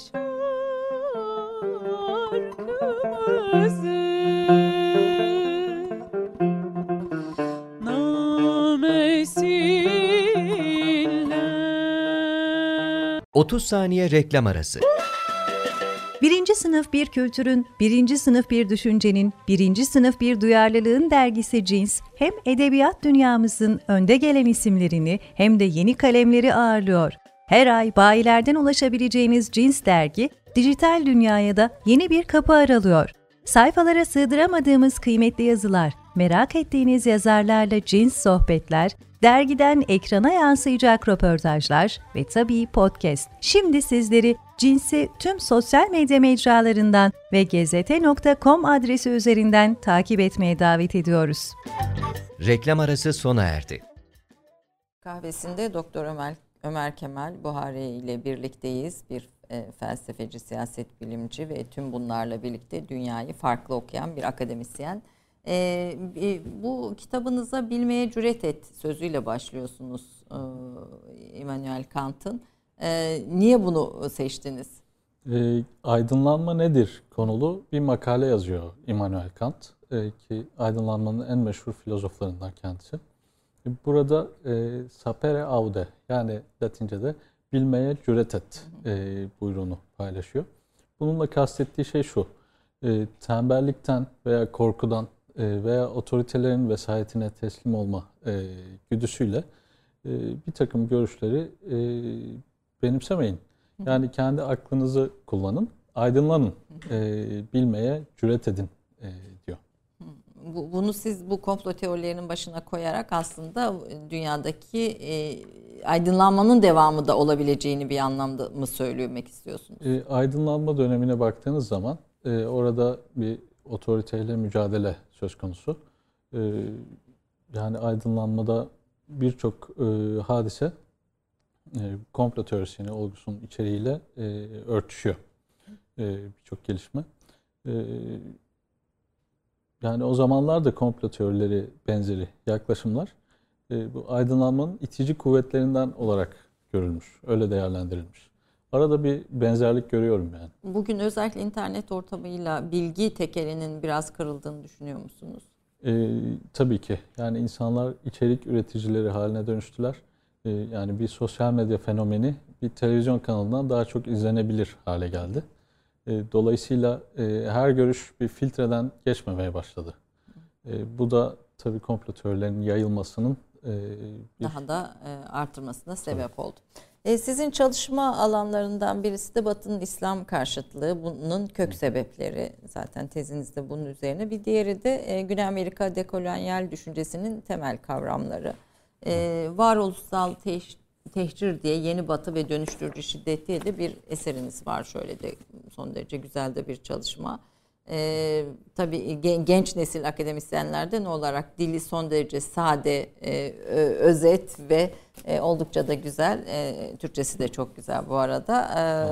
[SPEAKER 1] şarkımızı desinler.
[SPEAKER 4] otuz saniye reklam arası.
[SPEAKER 5] Birinci sınıf bir kültürün, birinci sınıf bir düşüncenin, birinci sınıf bir duyarlılığın dergisi Cins, hem edebiyat dünyamızın önde gelen isimlerini hem de yeni kalemleri ağırlıyor. Her ay bayilerden ulaşabileceğiniz Cins dergi, dijital dünyaya da yeni bir kapı aralıyor. Sayfalara sığdıramadığımız kıymetli yazılar, merak ettiğiniz yazarlarla cins sohbetler, dergiden ekrana yansıyacak röportajlar ve tabii podcast. Şimdi sizleri Cins'i tüm sosyal medya mecralarından ve gezete nokta com adresi üzerinden takip etmeye davet ediyoruz.
[SPEAKER 4] Reklam arası sona erdi.
[SPEAKER 2] Kahvesinde Doktor Ömer, Ömer Kemal Buhari ile birlikteyiz. Bir e, felsefeci, siyaset bilimci ve tüm bunlarla birlikte dünyayı farklı okuyan bir akademisyen. E, e, bu kitabınıza "Bilmeye Cüret Et" sözüyle başlıyorsunuz e, Immanuel Kant'ın. E, niye bunu seçtiniz?
[SPEAKER 3] E, aydınlanma nedir konulu bir makale yazıyor Immanuel Kant. E, ki aydınlanmanın en meşhur filozoflarından kendisi. E, burada e, sapere aude, yani Latince'de bilmeye cüret et e, buyruğunu paylaşıyor. Bununla kastettiği şey şu: e, tembellikten veya korkudan e, veya otoritelerin vesayetine teslim olma e, güdüsüyle e, bir takım görüşleri e, benimsemeyin. Yani kendi aklınızı kullanın, aydınlanın, e, bilmeye cüret edin e, diyor.
[SPEAKER 2] Bu, bunu siz bu komplo teorilerinin başına koyarak aslında dünyadaki e, aydınlanmanın devamı da olabileceğini bir anlamda mı söylemek istiyorsunuz?
[SPEAKER 3] E, aydınlanma dönemine baktığınız zaman e, orada bir otoriteyle mücadele söz konusu. E, yani aydınlanmada birçok e, hadise e, komplo teorisini, olgusunun içeriğiyle e, örtüşüyor. E, birçok gelişme. E, yani o zamanlarda komplo teorileri benzeri yaklaşımlar e, bu aydınlanmanın itici kuvvetlerinden olarak görülmüş, öyle değerlendirilmiş. Arada bir benzerlik görüyorum yani.
[SPEAKER 2] Bugün özellikle internet ortamıyla bilgi tekelinin biraz kırıldığını düşünüyor musunuz?
[SPEAKER 3] E, tabii ki. Yani insanlar içerik üreticileri haline dönüştüler. E, yani bir sosyal medya fenomeni bir televizyon kanalından daha çok izlenebilir hale geldi. E, dolayısıyla e, her görüş bir filtreden geçmemeye başladı. E, bu da tabii komplo teorilerinin yayılmasının e, bir...
[SPEAKER 2] daha da e, artırmasına sebep tabii oldu. E, sizin çalışma alanlarından birisi de Batı'nın İslam karşıtlığı, bunun kök sebepleri. Zaten tezinizde bunun üzerine. Bir diğeri de e, Güney Amerika dekolonyal düşüncesinin temel kavramları. E, varoluşsal teş, tehcir diye Yeni Batı ve Dönüştürücü Şiddet diye de bir eseriniz var. Şöyle de son derece güzel de bir çalışma. E, tabii genç nesil akademisyenlerden olarak dili son derece sade, e, özet ve e, oldukça da güzel. E, Türkçesi de çok güzel bu arada.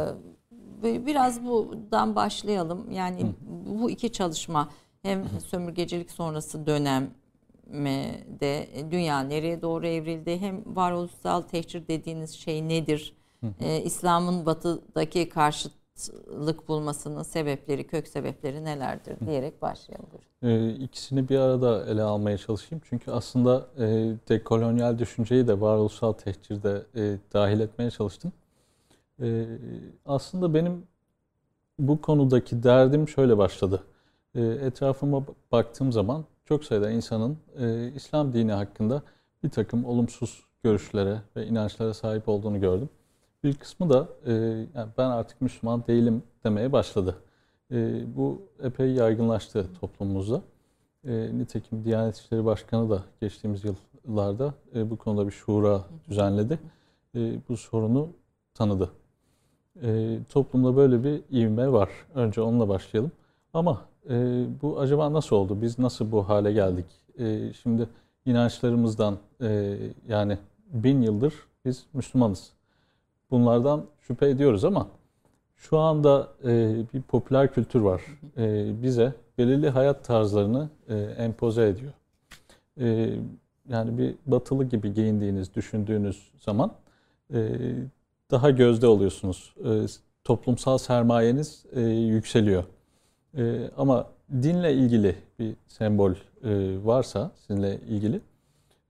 [SPEAKER 2] E, biraz buradan başlayalım. Yani Hı. bu iki çalışma hem sömürgecilik sonrası dönem de dünya nereye doğru evrildi, hem varoluşsal tehcir dediğiniz şey nedir? Ee, İslam'ın batıdaki karşıtlık bulmasının sebepleri, kök sebepleri nelerdir diyerek başlayalım.
[SPEAKER 3] Ee, ikisini bir arada ele almaya çalışayım. Çünkü aslında e, dekolonyal düşünceyi de varoluşsal tehcirde e, dahil etmeye çalıştım. E, aslında benim bu konudaki derdim şöyle başladı. E, etrafıma baktığım zaman çok sayıda insanın e, İslam dini hakkında bir takım olumsuz görüşlere ve inançlara sahip olduğunu gördüm. Bir kısmı da e, yani ben artık Müslüman değilim demeye başladı. E, bu epey yaygınlaştı toplumumuzda. E, nitekim Diyanet İşleri Başkanı da geçtiğimiz yıllarda e, bu konuda bir şura düzenledi. E, bu sorunu tanıdı. E, toplumda böyle bir ivme var. Önce onunla başlayalım. Ama e, bu acaba nasıl oldu? Biz nasıl bu hale geldik? E, şimdi inançlarımızdan e, yani bin yıldır biz Müslümanız. Bunlardan şüphe ediyoruz ama şu anda e, bir popüler kültür var. E, bize belirli hayat tarzlarını e, empoze ediyor. E, yani bir batılı gibi giyindiğiniz, düşündüğünüz zaman e, daha gözde oluyorsunuz. E, toplumsal sermayeniz e, yükseliyor. E, ama dinle ilgili bir sembol e, varsa sizinle ilgili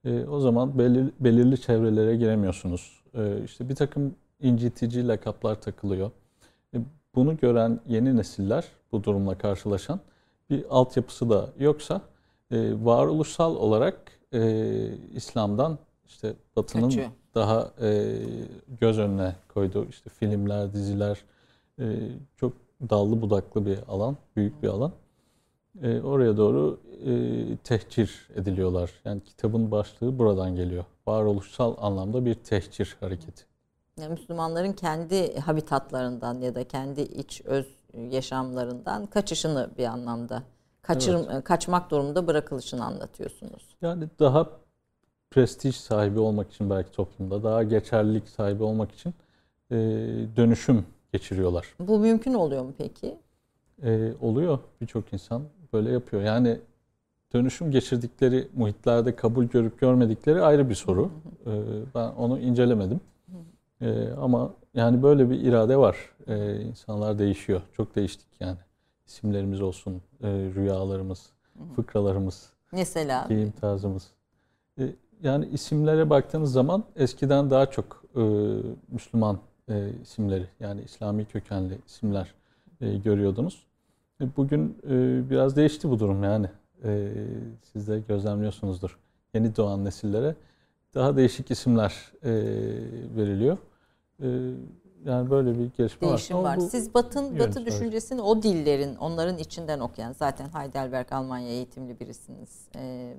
[SPEAKER 3] E, o zaman belirli, belirli çevrelere giremiyorsunuz. E, işte bir takım incitici lakaplar takılıyor. E, bunu gören yeni nesiller, bu durumla karşılaşan, bir altyapısı da yoksa e, varoluşsal olarak e, İslam'dan işte Batı'nın
[SPEAKER 2] Kaçıyor.
[SPEAKER 3] daha e, göz önüne koyduğu işte filmler, diziler, e, çok dallı budaklı bir alan, büyük bir alan. E, oraya doğru e, tehcir ediliyorlar. Yani kitabın başlığı buradan geliyor. Varoluşsal anlamda bir tehcir hareketi.
[SPEAKER 2] Yani Müslümanların kendi habitatlarından ya da kendi iç öz yaşamlarından kaçışını bir anlamda kaçır,
[SPEAKER 3] Evet.
[SPEAKER 2] kaçmak durumunda bırakılışını anlatıyorsunuz.
[SPEAKER 3] Yani daha prestij sahibi olmak için belki toplumda, daha geçerlilik sahibi olmak için e, dönüşüm geçiriyorlar.
[SPEAKER 2] Bu mümkün oluyor mu peki?
[SPEAKER 3] E, oluyor. Birçok insan böyle yapıyor. Yani dönüşüm geçirdikleri muhitlerde kabul görüp görmedikleri ayrı bir soru. E, ben onu incelemedim. E, ama yani böyle bir irade var. E, insanlar değişiyor. Çok değiştik yani. İsimlerimiz olsun, e, rüyalarımız, fıkralarımız,
[SPEAKER 2] Mesela
[SPEAKER 3] giyim tarzımız. E, yani isimlere baktığınız zaman eskiden daha çok e, Müslüman e, isimleri, yani İslami kökenli isimler e, görüyordunuz. E, bugün e, biraz değişti bu durum yani. E, siz de gözlemliyorsunuzdur. Yeni doğan nesillere daha değişik isimler e, veriliyor. E, yani böyle bir gelişme
[SPEAKER 2] değişim
[SPEAKER 3] var.
[SPEAKER 2] var.
[SPEAKER 3] Ama bu
[SPEAKER 2] Siz Batın,
[SPEAKER 3] yönü
[SPEAKER 2] Batı
[SPEAKER 3] sadece.
[SPEAKER 2] düşüncesini o dillerin, onların içinden okuyan, zaten Heidelberg Almanya eğitimli birisiniz. Ee,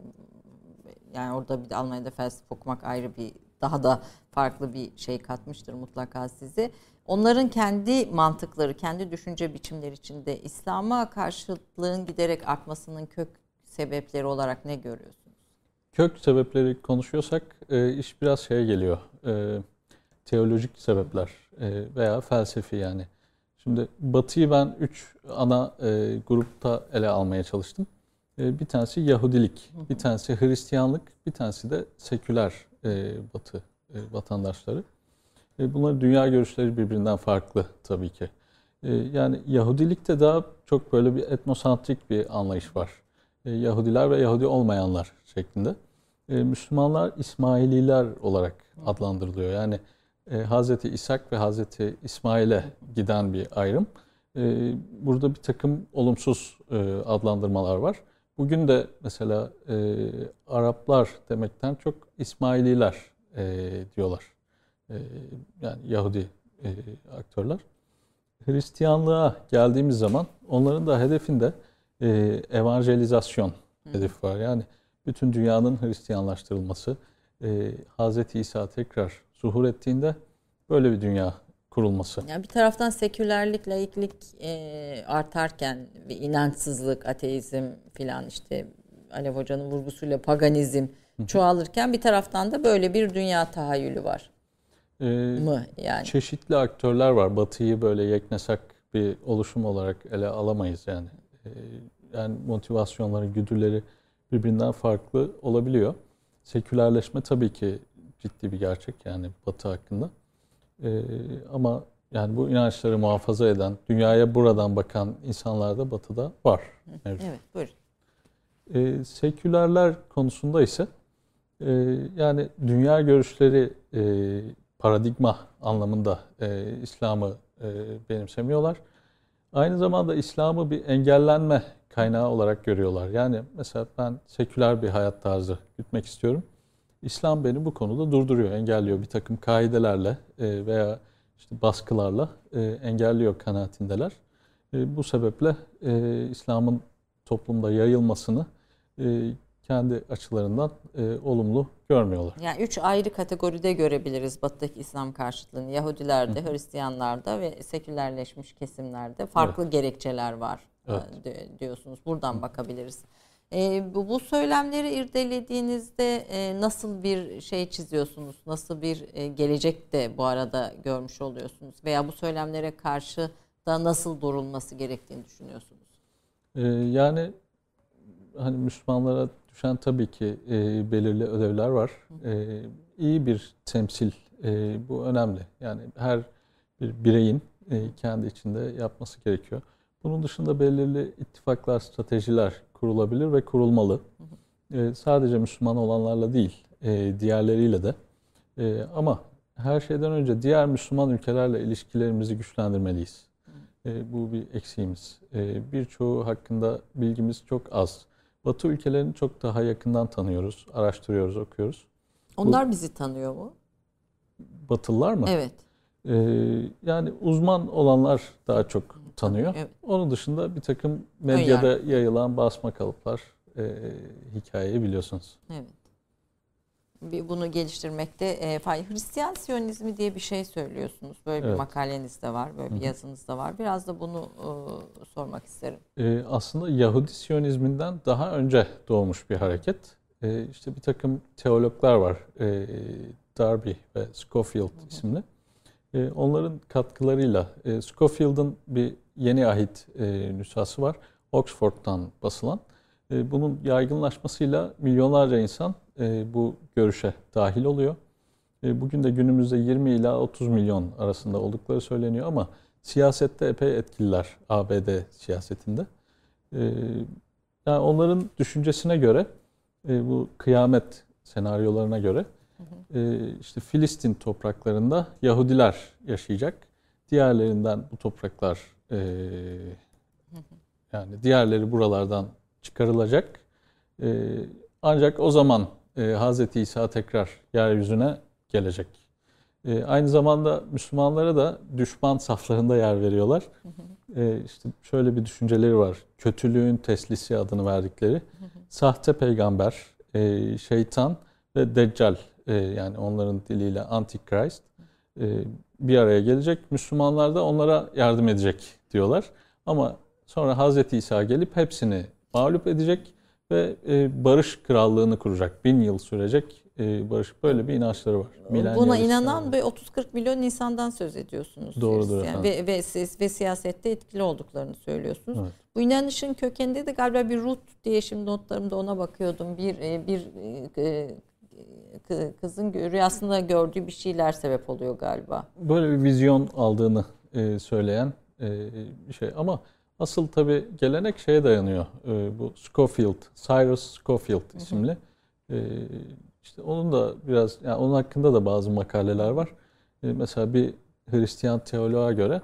[SPEAKER 2] yani orada bir de Almanya'da felsefe okumak ayrı bir, daha da farklı bir şey katmıştır mutlaka size. Onların kendi mantıkları, kendi düşünce biçimleri içinde İslam'a karşıtlığın giderek artmasının kök sebepleri olarak ne görüyorsunuz?
[SPEAKER 3] Kök sebepleri konuşuyorsak e, iş biraz şeye geliyor. E, teolojik sebepler e, veya felsefi yani. Şimdi Batı'yı ben üç ana e, grupta ele almaya çalıştım. E, bir tanesi Yahudilik, bir tanesi Hristiyanlık, bir tanesi de seküler e, Batı e, vatandaşları. E, bunların dünya görüşleri birbirinden farklı tabii ki. E, yani Yahudilikte daha çok böyle bir etnosantrik bir anlayış var. E, Yahudiler ve Yahudi olmayanlar şeklinde. E, Müslümanlar İsmaililer olarak adlandırılıyor. Yani e, Hazreti İshak ve Hazreti İsmail'e giden bir ayrım. E, burada bir takım olumsuz e, adlandırmalar var. Bugün de mesela e, Araplar demekten çok İsmaililer e, diyorlar. E, yani Yahudi e, aktörler. Hristiyanlığa geldiğimiz zaman onların da hedefinde e, evangelizasyon hedefi var. Yani bütün dünyanın Hristiyanlaştırılması. E, Hazreti İsa tekrar zuhur ettiğinde böyle bir dünya kurulması.
[SPEAKER 2] Yani bir taraftan sekülerlik, laiklik e, artarken bir inançsızlık, ateizm filan, işte Alev Hoca'nın vurgusuyla paganizm çoğalırken bir taraftan da böyle bir dünya tahayyülü var
[SPEAKER 3] E,
[SPEAKER 2] mı yani?
[SPEAKER 3] Çeşitli aktörler var. Batı'yı böyle yeknesak bir oluşum olarak ele alamayız yani. E, yani motivasyonları, güdüleri birbirinden farklı olabiliyor. Sekülerleşme tabii ki ciddi bir gerçek yani Batı hakkında. Ee, ama yani bu inançları muhafaza eden, dünyaya buradan bakan insanlar da Batı'da var. Mevcut.
[SPEAKER 2] Evet, buyurun.
[SPEAKER 3] Ee, sekülerler konusunda ise e, yani dünya görüşleri e, paradigma anlamında e, İslam'ı e, benimsemiyorlar. Aynı zamanda İslam'ı bir engellenme kaynağı olarak görüyorlar. Yani mesela ben seküler bir hayat tarzı gütmek istiyorum. İslam beni bu konuda durduruyor, engelliyor. Bir takım kaidelerle e, veya işte baskılarla e, engelliyor kanaatindeler. E, bu sebeple e, İslam'ın toplumda yayılmasını e, kendi açılarından e, olumlu görmüyorlar.
[SPEAKER 2] Yani üç ayrı kategoride görebiliriz Batı'daki İslam karşıtlığını. Yahudilerde, Hı. Hristiyanlarda ve sekülerleşmiş kesimlerde farklı evet. gerekçeler var evet. diyorsunuz. Buradan Hı. bakabiliriz. E, bu, bu söylemleri irdelediğinizde e, nasıl bir şey çiziyorsunuz? Nasıl bir e, gelecek de bu arada görmüş oluyorsunuz? Veya bu söylemlere karşı da nasıl durulması gerektiğini düşünüyorsunuz?
[SPEAKER 3] E, yani hani Müslümanlara düşen tabii ki e, belirli ödevler var. E, iyi bir temsil e, bu önemli. Yani her bir bireyin e, kendi içinde yapması gerekiyor. Bunun dışında belirli ittifaklar, stratejiler kurulabilir ve kurulmalı. Ee, sadece Müslüman olanlarla değil, e, diğerleriyle de. E, ama her şeyden önce diğer Müslüman ülkelerle ilişkilerimizi güçlendirmeliyiz. E, bu bir eksiğimiz. E, birçoğu hakkında bilgimiz çok az. Batı ülkelerini çok daha yakından tanıyoruz, araştırıyoruz, okuyoruz.
[SPEAKER 2] Onlar
[SPEAKER 3] bu,
[SPEAKER 2] bizi tanıyor mu?
[SPEAKER 3] Batılılar mı?
[SPEAKER 2] Evet.
[SPEAKER 3] E, yani uzman olanlar daha çok tanıyor.
[SPEAKER 2] Evet.
[SPEAKER 3] Onun dışında bir takım medyada yayılan basma kalıplar e, hikayeyi biliyorsunuz.
[SPEAKER 2] Evet. Bunu geliştirmekte e, fayda. Hristiyan Siyonizmi diye bir şey söylüyorsunuz. Böyle
[SPEAKER 3] Evet.
[SPEAKER 2] bir makaleniz de var, böyle bir
[SPEAKER 3] Hı hı.
[SPEAKER 2] yazınız da var. Biraz da bunu e, sormak isterim.
[SPEAKER 3] E, aslında Yahudi Siyonizminden daha önce doğmuş bir hareket. E, işte bir takım teologlar var. E, Darby ve Scofield hı hı. isimli. E, onların katkılarıyla e, Scofield'ın bir Yeni Ahit e, nüshası var. Oxford'dan basılan. E, bunun yaygınlaşmasıyla milyonlarca insan e, bu görüşe dahil oluyor. E, bugün de günümüzde yirmi ila otuz milyon arasında oldukları söyleniyor ama siyasette epey etkililer A B D siyasetinde. E, yani onların düşüncesine göre e, bu kıyamet senaryolarına göre e, işte Filistin topraklarında Yahudiler yaşayacak. Diğerlerinden bu topraklar e, yani diğerleri buralardan çıkarılacak. E, ancak o zaman e, Hazreti İsa tekrar yeryüzüne gelecek. E, aynı zamanda Müslümanlara da düşman saflarında yer veriyorlar. Hı hı. E, işte şöyle bir düşünceleri var. Kötülüğün teslisi adını verdikleri. Hı hı. Sahte peygamber, e, şeytan ve Deccal, e, yani onların diliyle Antichrist e, bir araya gelecek. Müslümanlar da onlara yardım edecek diyorlar. Ama sonra Hazreti İsa gelip hepsini mağlup edecek ve e, barış krallığını kuracak. Bin yıl sürecek e, barış. Böyle bir inançları var.
[SPEAKER 2] Buna inanan ve otuz kırk milyon insandan söz ediyorsunuz.
[SPEAKER 3] Doğrudur.
[SPEAKER 2] Yani ve, ve, ve siyasette etkili olduklarını söylüyorsunuz. Evet. Bu inanışın kökeninde de galiba bir Ruth diye, şimdi notlarımda ona bakıyordum. Bir bir kızın rüyasında gördüğü bir şeyler sebep oluyor galiba.
[SPEAKER 3] Böyle bir vizyon aldığını söyleyen bir şey. Ama asıl tabii gelenek şeye dayanıyor. Bu Scofield, Cyrus Scofield isimli. Hı hı. İşte onun da biraz, yani onun hakkında da bazı makaleler var. Mesela bir Hristiyan teoloğa göre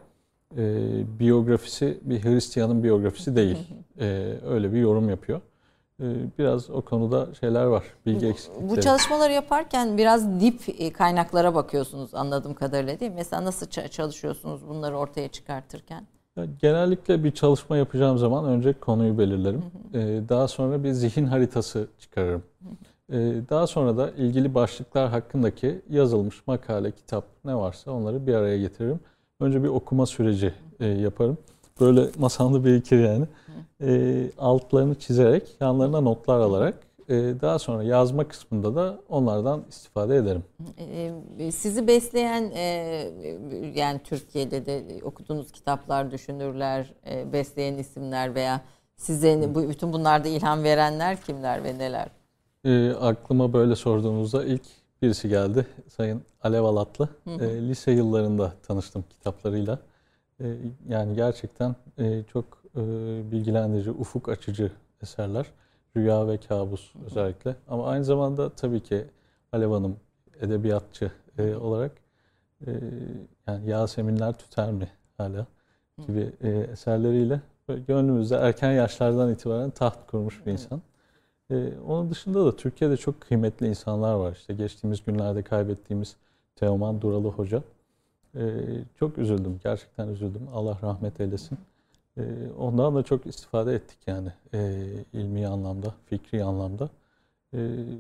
[SPEAKER 3] biyografisi bir Hristiyanın biyografisi değil. Öyle bir yorum yapıyor. Biraz o konuda şeyler var, bilgi eksiklikleri.
[SPEAKER 2] Bu çalışmaları yaparken biraz dip kaynaklara bakıyorsunuz anladığım kadarıyla, değil mi? Mesela nasıl çalışıyorsunuz bunları ortaya çıkartırken?
[SPEAKER 3] Genellikle bir çalışma yapacağım zaman önce konuyu belirlerim. Hı hı. Daha sonra bir zihin haritası çıkarırım. Hı hı. Daha sonra da ilgili başlıklar hakkındaki yazılmış makale, kitap ne varsa onları bir araya getiririm. Önce bir okuma süreci yaparım. Böyle masamda birikir yani. E, altlarını çizerek, yanlarına notlar alarak e, daha sonra yazma kısmında da onlardan istifade ederim.
[SPEAKER 2] E, sizi besleyen e, yani Türkiye'de de okuduğunuz kitaplar, düşünürler, e, besleyen isimler veya size bu, bütün bunlarda ilham verenler kimler ve neler?
[SPEAKER 3] E, aklıma böyle sorduğunuzda ilk birisi geldi. Sayın Alev Alatlı. Hı hı. E, lise yıllarında tanıştım kitaplarıyla. E, yani gerçekten e, çok e, bilgilendirici, ufuk açıcı eserler. Rüya ve Kabus özellikle. Ama aynı zamanda tabii ki Alev Hanım edebiyatçı e, olarak e, yani Yaseminler Tüter mi hala gibi e, eserleriyle gönlümüzde erken yaşlardan itibaren taht kurmuş bir insan. E, onun dışında da Türkiye'de çok kıymetli insanlar var. İşte geçtiğimiz günlerde kaybettiğimiz Teoman Duralı Hoca. E, çok üzüldüm. Gerçekten üzüldüm. Allah rahmet eylesin. E, ondan da çok istifade ettik yani. E, ilmi anlamda, fikri anlamda. E,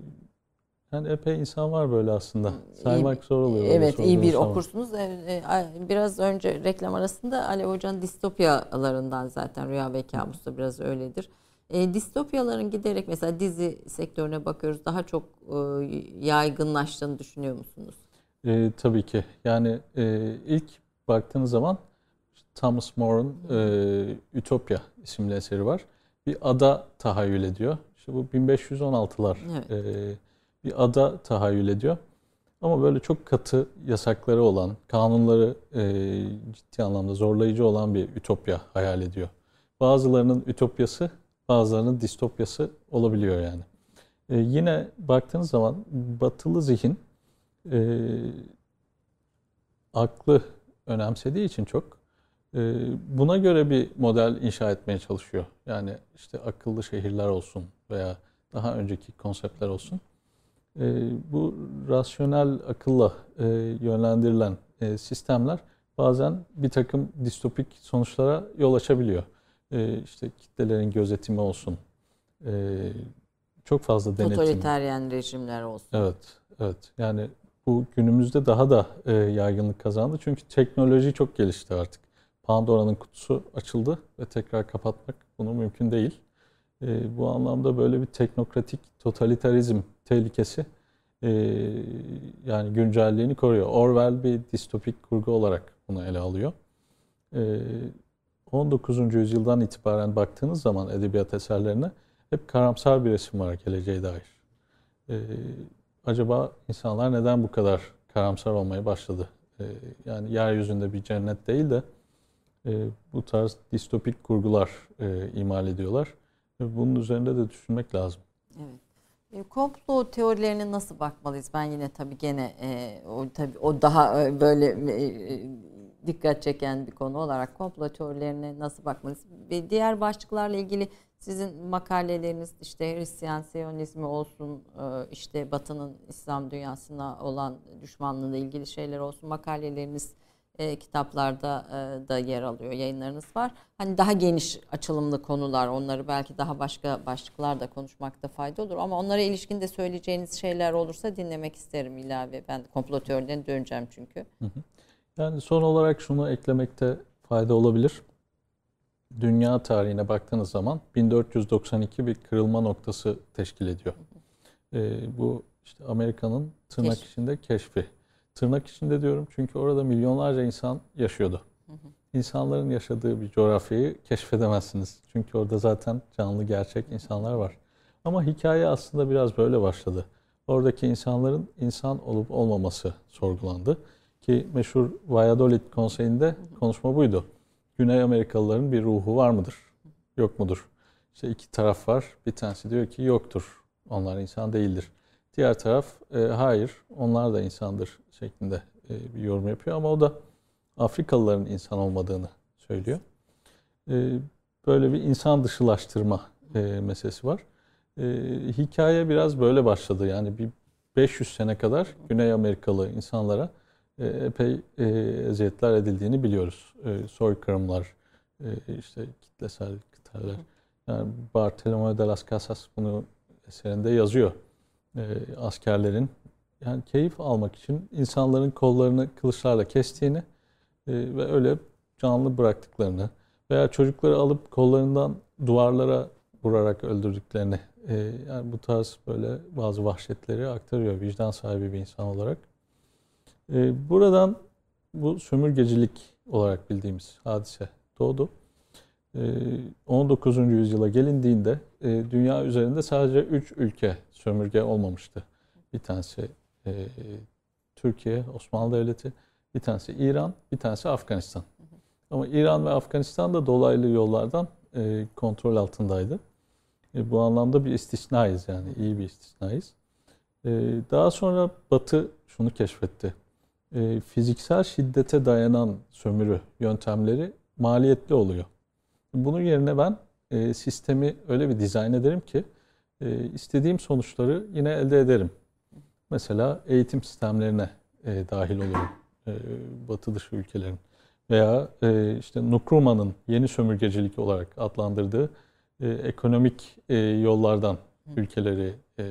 [SPEAKER 3] yani epey insan var böyle aslında. Saymak iyi, zor oluyor.
[SPEAKER 2] Evet, iyi bir zaman. Okursunuz. Biraz önce reklam arasında Alev Hoca'nın distopyalarından zaten Rüya ve Kabus da biraz öyledir. E, distopyaların giderek mesela dizi sektörüne bakıyoruz. Daha çok e, yaygınlaştığını düşünüyor musunuz?
[SPEAKER 3] E, tabii ki. Yani e, ilk baktığınız zaman Thomas More'un e, Ütopya isimli eseri var. Bir ada tahayyül ediyor. İşte bu bin beş yüz on altılar evet. e, bir ada tahayyül ediyor. Ama böyle çok katı yasakları olan, kanunları e, ciddi anlamda zorlayıcı olan bir ütopya hayal ediyor. Bazılarının ütopyası, bazılarının distopyası olabiliyor yani. E, yine baktığınız zaman batılı zihin e, aklı önemsediği için çok e, buna göre bir model inşa etmeye çalışıyor. Yani işte akıllı şehirler olsun veya daha önceki konseptler olsun. E, bu rasyonel akılla e, yönlendirilen e, sistemler bazen bir takım distopik sonuçlara yol açabiliyor. E, işte kitlelerin gözetimi olsun, e, çok fazla denetim.
[SPEAKER 2] Totaliteryen rejimler olsun.
[SPEAKER 3] Evet, evet. Yani bu günümüzde daha da e, yaygınlık kazandı. Çünkü teknoloji çok gelişti artık. Pandora'nın kutusu açıldı ve tekrar kapatmak bunu mümkün değil. E, bu anlamda böyle bir teknokratik totalitarizm tehlikesi e, yani güncelliğini koruyor. Orwell bir distopik kurgu olarak bunu ele alıyor. E, on dokuzuncu yüzyıldan itibaren baktığınız zaman edebiyat eserlerine hep karamsar bir resim var geleceğe dair. E, acaba insanlar neden bu kadar karamsar olmaya başladı? E, yani yeryüzünde bir cennet değil de e, bu tarz distopik kurgular e, imal ediyorlar. E, bunun üzerinde de düşünmek lazım.
[SPEAKER 2] Evet. E, komplo teorilerine nasıl bakmalıyız? Ben yine tabii gene e, o tabii o daha e, böyle e, dikkat çeken bir konu olarak komplo teorilerine nasıl bakmalıyız? Ve diğer başlıklarla ilgili sizin makaleleriniz işte Hristiyan Siyonizmi olsun, işte Batı'nın İslam dünyasına olan düşmanlığıyla ilgili şeyler olsun, makaleleriniz e, kitaplarda e, da yer alıyor, yayınlarınız var. Hani daha geniş açılımlı konular, onları belki daha başka başlıklarda konuşmakta fayda olur ama onlara ilişkin de söyleyeceğiniz şeyler olursa dinlemek isterim ilave. Ben komplo teorilerine döneceğim çünkü.
[SPEAKER 3] Hı hı. Yani son olarak şunu eklemekte fayda olabilir. Dünya tarihine baktığınız zaman bin dört yüz doksan iki bir kırılma noktası teşkil ediyor. Ee, bu işte Amerika'nın tırnak Keşf. içinde keşfi. Tırnak içinde diyorum çünkü orada milyonlarca insan yaşıyordu. Hı hı. İnsanların yaşadığı bir coğrafyayı keşfedemezsiniz. Çünkü orada zaten canlı gerçek insanlar var. Ama hikaye aslında biraz böyle başladı. Oradaki insanların insan olup olmaması sorgulandı. Ki meşhur Valladolid Konseyi'nde konuşma buydu. Güney Amerikalıların bir ruhu var mıdır? Yok mudur? İşte iki taraf var. Bir tanesi diyor ki yoktur. Onlar insan değildir. Diğer taraf e, hayır onlar da insandır şeklinde e, bir yorum yapıyor. Ama o da Afrikalıların insan olmadığını söylüyor. E, böyle bir insan dışılaştırma e, meselesi var. E, hikaye biraz böyle başladı. Yani bir beş yüz sene kadar Güney Amerikalı insanlara e, epey e, eziyetler edildiğini biliyoruz. E, soykırımlar, e, işte kitlesel kıtlarlar. Yani Bartolomé de las Casas bunu eserinde yazıyor. E, askerlerin yani keyif almak için insanların kollarını kılıçlarla kestiğini e, ve öyle canlı bıraktıklarını veya çocukları alıp kollarından duvarlara vurarak öldürdüklerini e, yani bu tarz böyle bazı vahşetleri aktarıyor vicdan sahibi bir insan olarak. E, buradan bu sömürgecilik olarak bildiğimiz hadise doğdu. E, on dokuzuncu yüzyıla gelindiğinde e, dünya üzerinde sadece üç ülke sömürge olmamıştı. Bir tanesi e, Türkiye, Osmanlı Devleti, bir tanesi İran, bir tanesi Afganistan. Ama İran ve Afganistan da dolaylı yollardan e, kontrol altındaydı. E, bu anlamda bir istisnayız yani iyi bir istisnayız. E, daha sonra Batı şunu keşfetti. E, fiziksel şiddete dayanan sömürü yöntemleri maliyetli oluyor. Bunun yerine ben e, sistemi öyle bir dizayn ederim ki e, istediğim sonuçları yine elde ederim. Mesela eğitim sistemlerine e, dahil olurum e, Batı dışı ülkelerin. Veya e, işte Nkrumah'ın yeni sömürgecilik olarak adlandırdığı e, ekonomik e, yollardan ülkeleri e,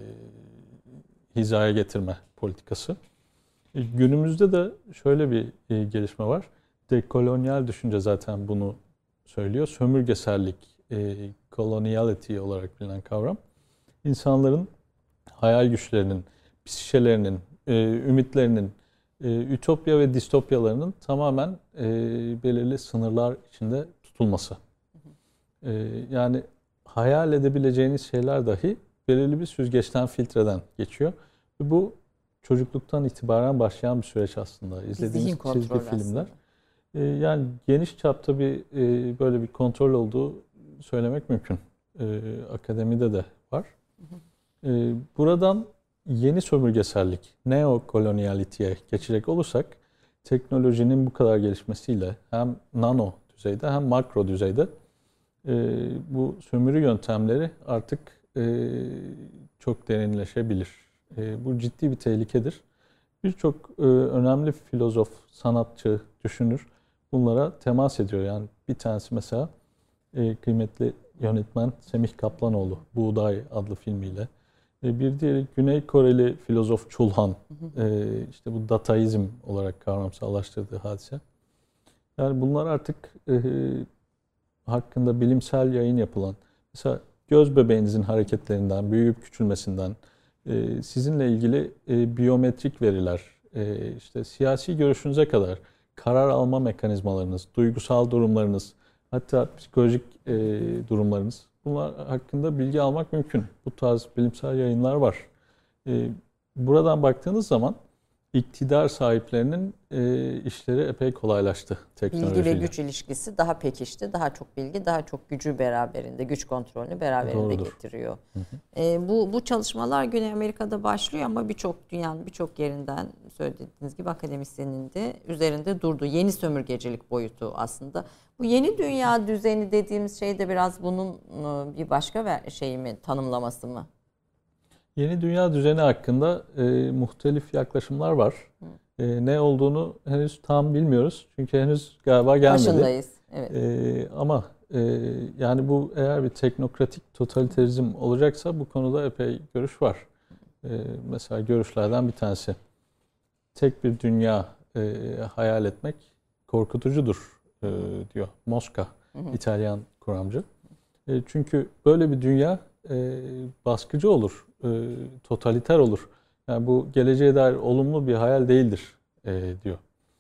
[SPEAKER 3] hizaya getirme politikası. E, günümüzde de şöyle bir e, gelişme var. Dekolonyal düşünce zaten bunu söylüyor. Sömürgesellik, e, coloniality olarak bilinen kavram. İnsanların hayal güçlerinin, psişelerinin, e, ümitlerinin, e, ütopya ve distopyalarının tamamen e, belirli sınırlar içinde tutulması. E, yani hayal edebileceğiniz şeyler dahi belirli bir süzgeçten, filtreden geçiyor. Ve bu çocukluktan itibaren başlayan bir süreç aslında. İzlediğimiz çizgi filmler. E, yani geniş çapta bir e, böyle bir kontrol olduğu söylemek mümkün. E, akademide de var. E, buradan yeni sömürgesellik, neokolonyaliteye geçecek olursak teknolojinin bu kadar gelişmesiyle hem nano düzeyde hem makro düzeyde e, bu sömürü yöntemleri artık e, çok derinleşebilir. E, bu ciddi bir tehlikedir. Birçok e, önemli filozof, sanatçı, düşünür bunlara temas ediyor. Yani bir tanesi mesela e, kıymetli yönetmen Semih Kaplanoğlu, Buğday adlı filmiyle. E, bir diğeri Güney Koreli filozof Chulhan, e, işte bu dataizm olarak kavramsallaştırdığı hadise. Yani bunlar artık e, hakkında bilimsel yayın yapılan, mesela göz bebeğinizin hareketlerinden, büyüyüp küçülmesinden, e, sizinle ilgili e, biyometrik veriler, e, işte siyasi görüşünüze kadar karar alma mekanizmalarınız, duygusal durumlarınız, hatta psikolojik e, durumlarınız, bunlar hakkında bilgi almak mümkün. Bu tarz bilimsel yayınlar var. E, buradan baktığınız zaman iktidar sahiplerinin e, işleri epey kolaylaştı teknolojiyle.
[SPEAKER 2] Bilgi ve güç ilişkisi daha pekişti. Daha çok bilgi, daha çok gücü beraberinde, güç kontrolünü beraberinde
[SPEAKER 3] Doğrudur.
[SPEAKER 2] getiriyor.
[SPEAKER 3] Hı hı.
[SPEAKER 2] E, bu bu çalışmalar Güney Amerika'da başlıyor ama birçok dünyanın birçok yerinden söylediğiniz gibi akademisyenin de üzerinde durduğu yeni sömürgecilik boyutu aslında. Bu yeni dünya düzeni dediğimiz şey de biraz bunun bir başka şey mi, tanımlaması mı?
[SPEAKER 3] Yeni dünya düzeni hakkında e, muhtelif yaklaşımlar var. E, ne olduğunu henüz tam bilmiyoruz. Çünkü henüz galiba gelmedi.
[SPEAKER 2] Başındayız. Evet.
[SPEAKER 3] E, ama e, yani bu eğer bir teknokratik totalitarizm olacaksa bu konuda epey görüş var. E, mesela görüşlerden bir tanesi. Tek bir dünya e, hayal etmek korkutucudur e, diyor Mosca, hı hı. İtalyan kuramcı. E, çünkü böyle bir dünya e, baskıcı olur, e, totaliter olur. Yani bu geleceğe dair olumlu bir hayal değildir e, diyor.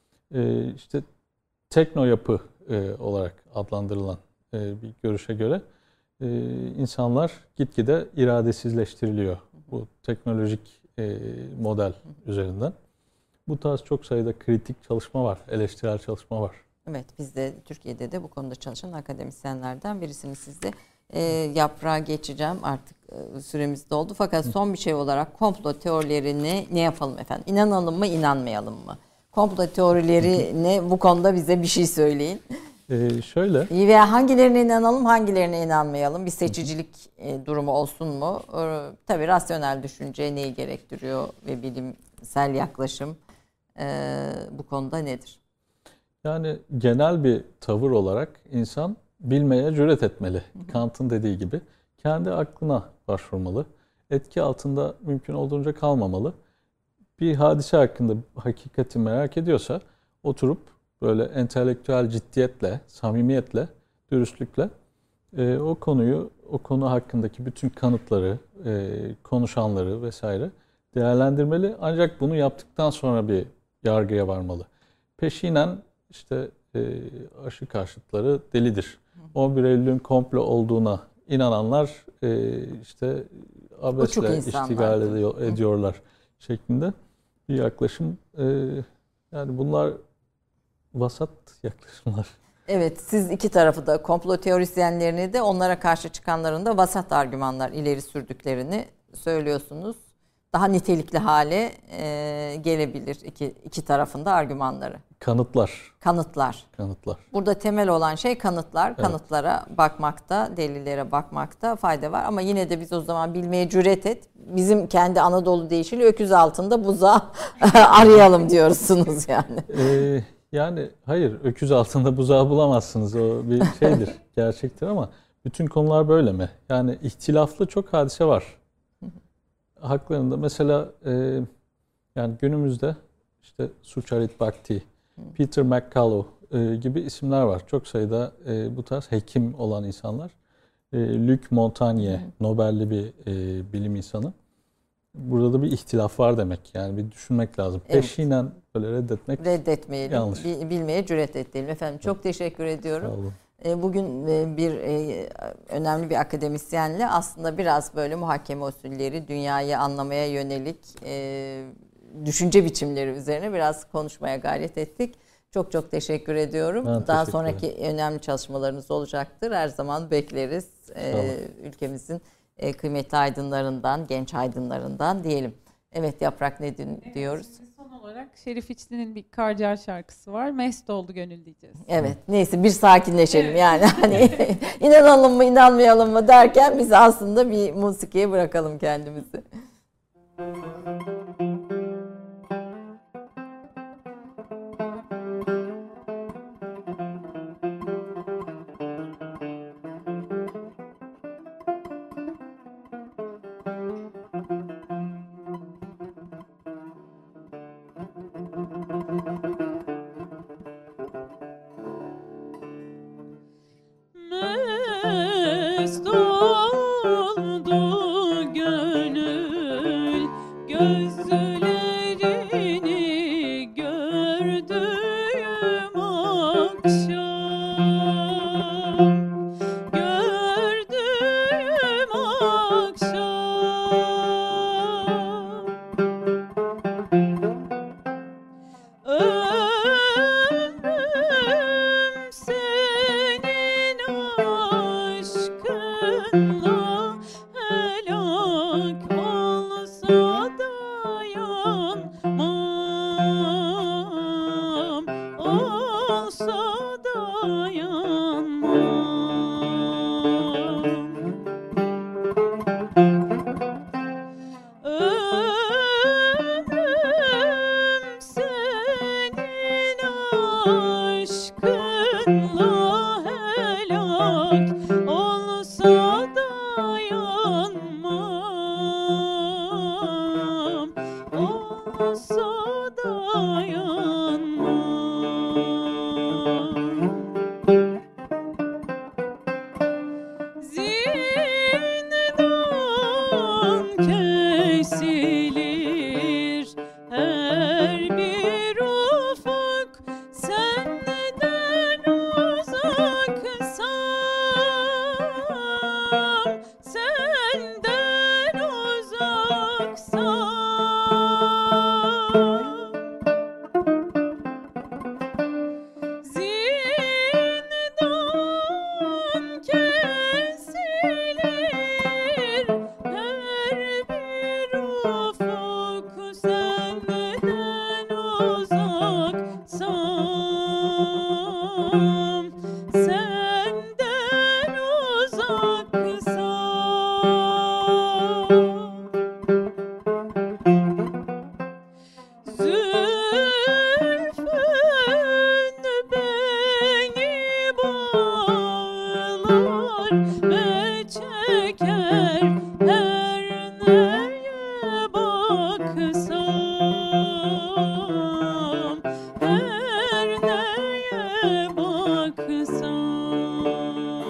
[SPEAKER 3] E, işte tekno yapı e, olarak adlandırılan e, bir görüşe göre e, insanlar gitgide iradesizleştiriliyor bu teknolojik e, model üzerinden. Bu tarz çok sayıda kritik çalışma var, eleştirel çalışma var.
[SPEAKER 2] Evet, biz de Türkiye'de de bu konuda çalışan akademisyenlerden birisiniz. Siz de e, yaprağa geçeceğim, artık e, süremiz doldu. Fakat son bir şey olarak komplo teorilerini ne yapalım efendim? İnanalım mı, inanmayalım mı? Komplo teorileri ne? Bu konuda bize bir şey söyleyin.
[SPEAKER 3] Ee, şöyle.
[SPEAKER 2] Veya hangilerine inanalım, hangilerine inanmayalım? Bir seçicilik e, durumu olsun mu? E, tabii rasyonel düşünce neyi gerektiriyor ve bilimsel yaklaşım e, bu konuda nedir?
[SPEAKER 3] Yani genel bir tavır olarak insan bilmeye cüret etmeli. Kant'ın dediği gibi. Kendi aklına başvurmalı. Etki altında mümkün olduğunca kalmamalı. Bir hadise hakkında hakikati merak ediyorsa oturup böyle entelektüel ciddiyetle, samimiyetle, dürüstlükle e, o konuyu, o konu hakkındaki bütün kanıtları, e, konuşanları vesaire değerlendirmeli. Ancak bunu yaptıktan sonra bir yargıya varmalı. Peşinen işte e, aşı karşıtları delidir. on bir Eylül'ün komplo olduğuna inananlar e, işte abesle iştigal ediyor, ediyorlar şeklinde bir yaklaşım. E, yani bunlar vasat yaklaşımlar.
[SPEAKER 2] Evet, siz iki tarafı da, komplo teorisyenlerini de onlara karşı çıkanların da vasat argümanlar ileri sürdüklerini söylüyorsunuz. Daha nitelikli hale e, gelebilir iki, iki tarafında argümanları.
[SPEAKER 3] Kanıtlar.
[SPEAKER 2] Kanıtlar.
[SPEAKER 3] Kanıtlar.
[SPEAKER 2] Burada temel olan şey kanıtlar. Evet. Kanıtlara bakmakta, delillere bakmakta fayda var. Ama yine de biz o zaman bilmeye cüret et. Bizim kendi Anadolu deyişiyle öküz altında buzağı arayalım diyorsunuz yani.
[SPEAKER 3] Ee, yani hayır, öküz altında buzağı bulamazsınız. O bir şeydir, gerçektir ama bütün konular böyle mi? Yani ihtilaflı çok hadise var. Haklarında mesela e, yani günümüzde işte Sucharit Bhakti, Peter McCullough e, gibi isimler var. Çok sayıda e, bu tarz hekim olan insanlar. E, Luc Montagnier, Nobel'li bir e, bilim insanı. Burada da bir ihtilaf var demek. Yani bir düşünmek lazım. Evet. Peşinen böyle reddetmek
[SPEAKER 2] reddetmeyelim.
[SPEAKER 3] Yanlış.
[SPEAKER 2] Bilmeye cüret edelim. Efendim çok evet. Teşekkür ediyorum.
[SPEAKER 3] Sağ olun.
[SPEAKER 2] Bugün bir önemli bir akademisyenle aslında biraz böyle muhakeme usulleri, dünyayı anlamaya yönelik düşünce biçimleri üzerine biraz konuşmaya gayret ettik. Çok çok teşekkür ediyorum. Ben Daha teşekkür sonraki ederim. Önemli çalışmalarınız olacaktır. Her zaman bekleriz. Ülkemizin e, kıymetli aydınlarından, genç aydınlarından diyelim. Evet Yaprak, ne din-
[SPEAKER 1] Evet,
[SPEAKER 2] diyoruz?
[SPEAKER 1] şimdi son olarak Şerif İçli'nin bir Karcar şarkısı var. Mest oldu gönül diyeceğiz.
[SPEAKER 2] Evet, neyse bir sakinleşelim
[SPEAKER 1] Evet.
[SPEAKER 2] yani hani inanalım mı inanmayalım mı derken biz aslında bir musikiye bırakalım kendimizi.
[SPEAKER 1] Mest oldu gönül gözlerini gördüğüm akşam, gördüğüm akşam. Ömrüm senin aşkınla helak olsa dayanmam, olsa dayanmam. Ömrüm senin aşkınla helak olsa dayanmam, olsa dayanmam. Zindan kesilir her bir ufuk senden uzaksam, senden uzaksam. Zindan kesilir her bir ufuk senden uzaksam, senden uzaksam. Zülfün beni bağlar ve çeker her neye baksam, her neye baksam.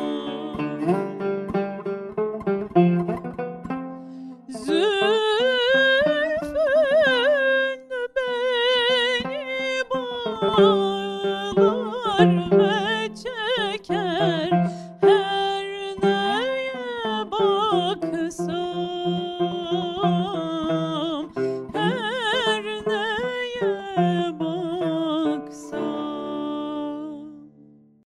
[SPEAKER 1] Zülfün beni bağlar ve çeker her neye baksam.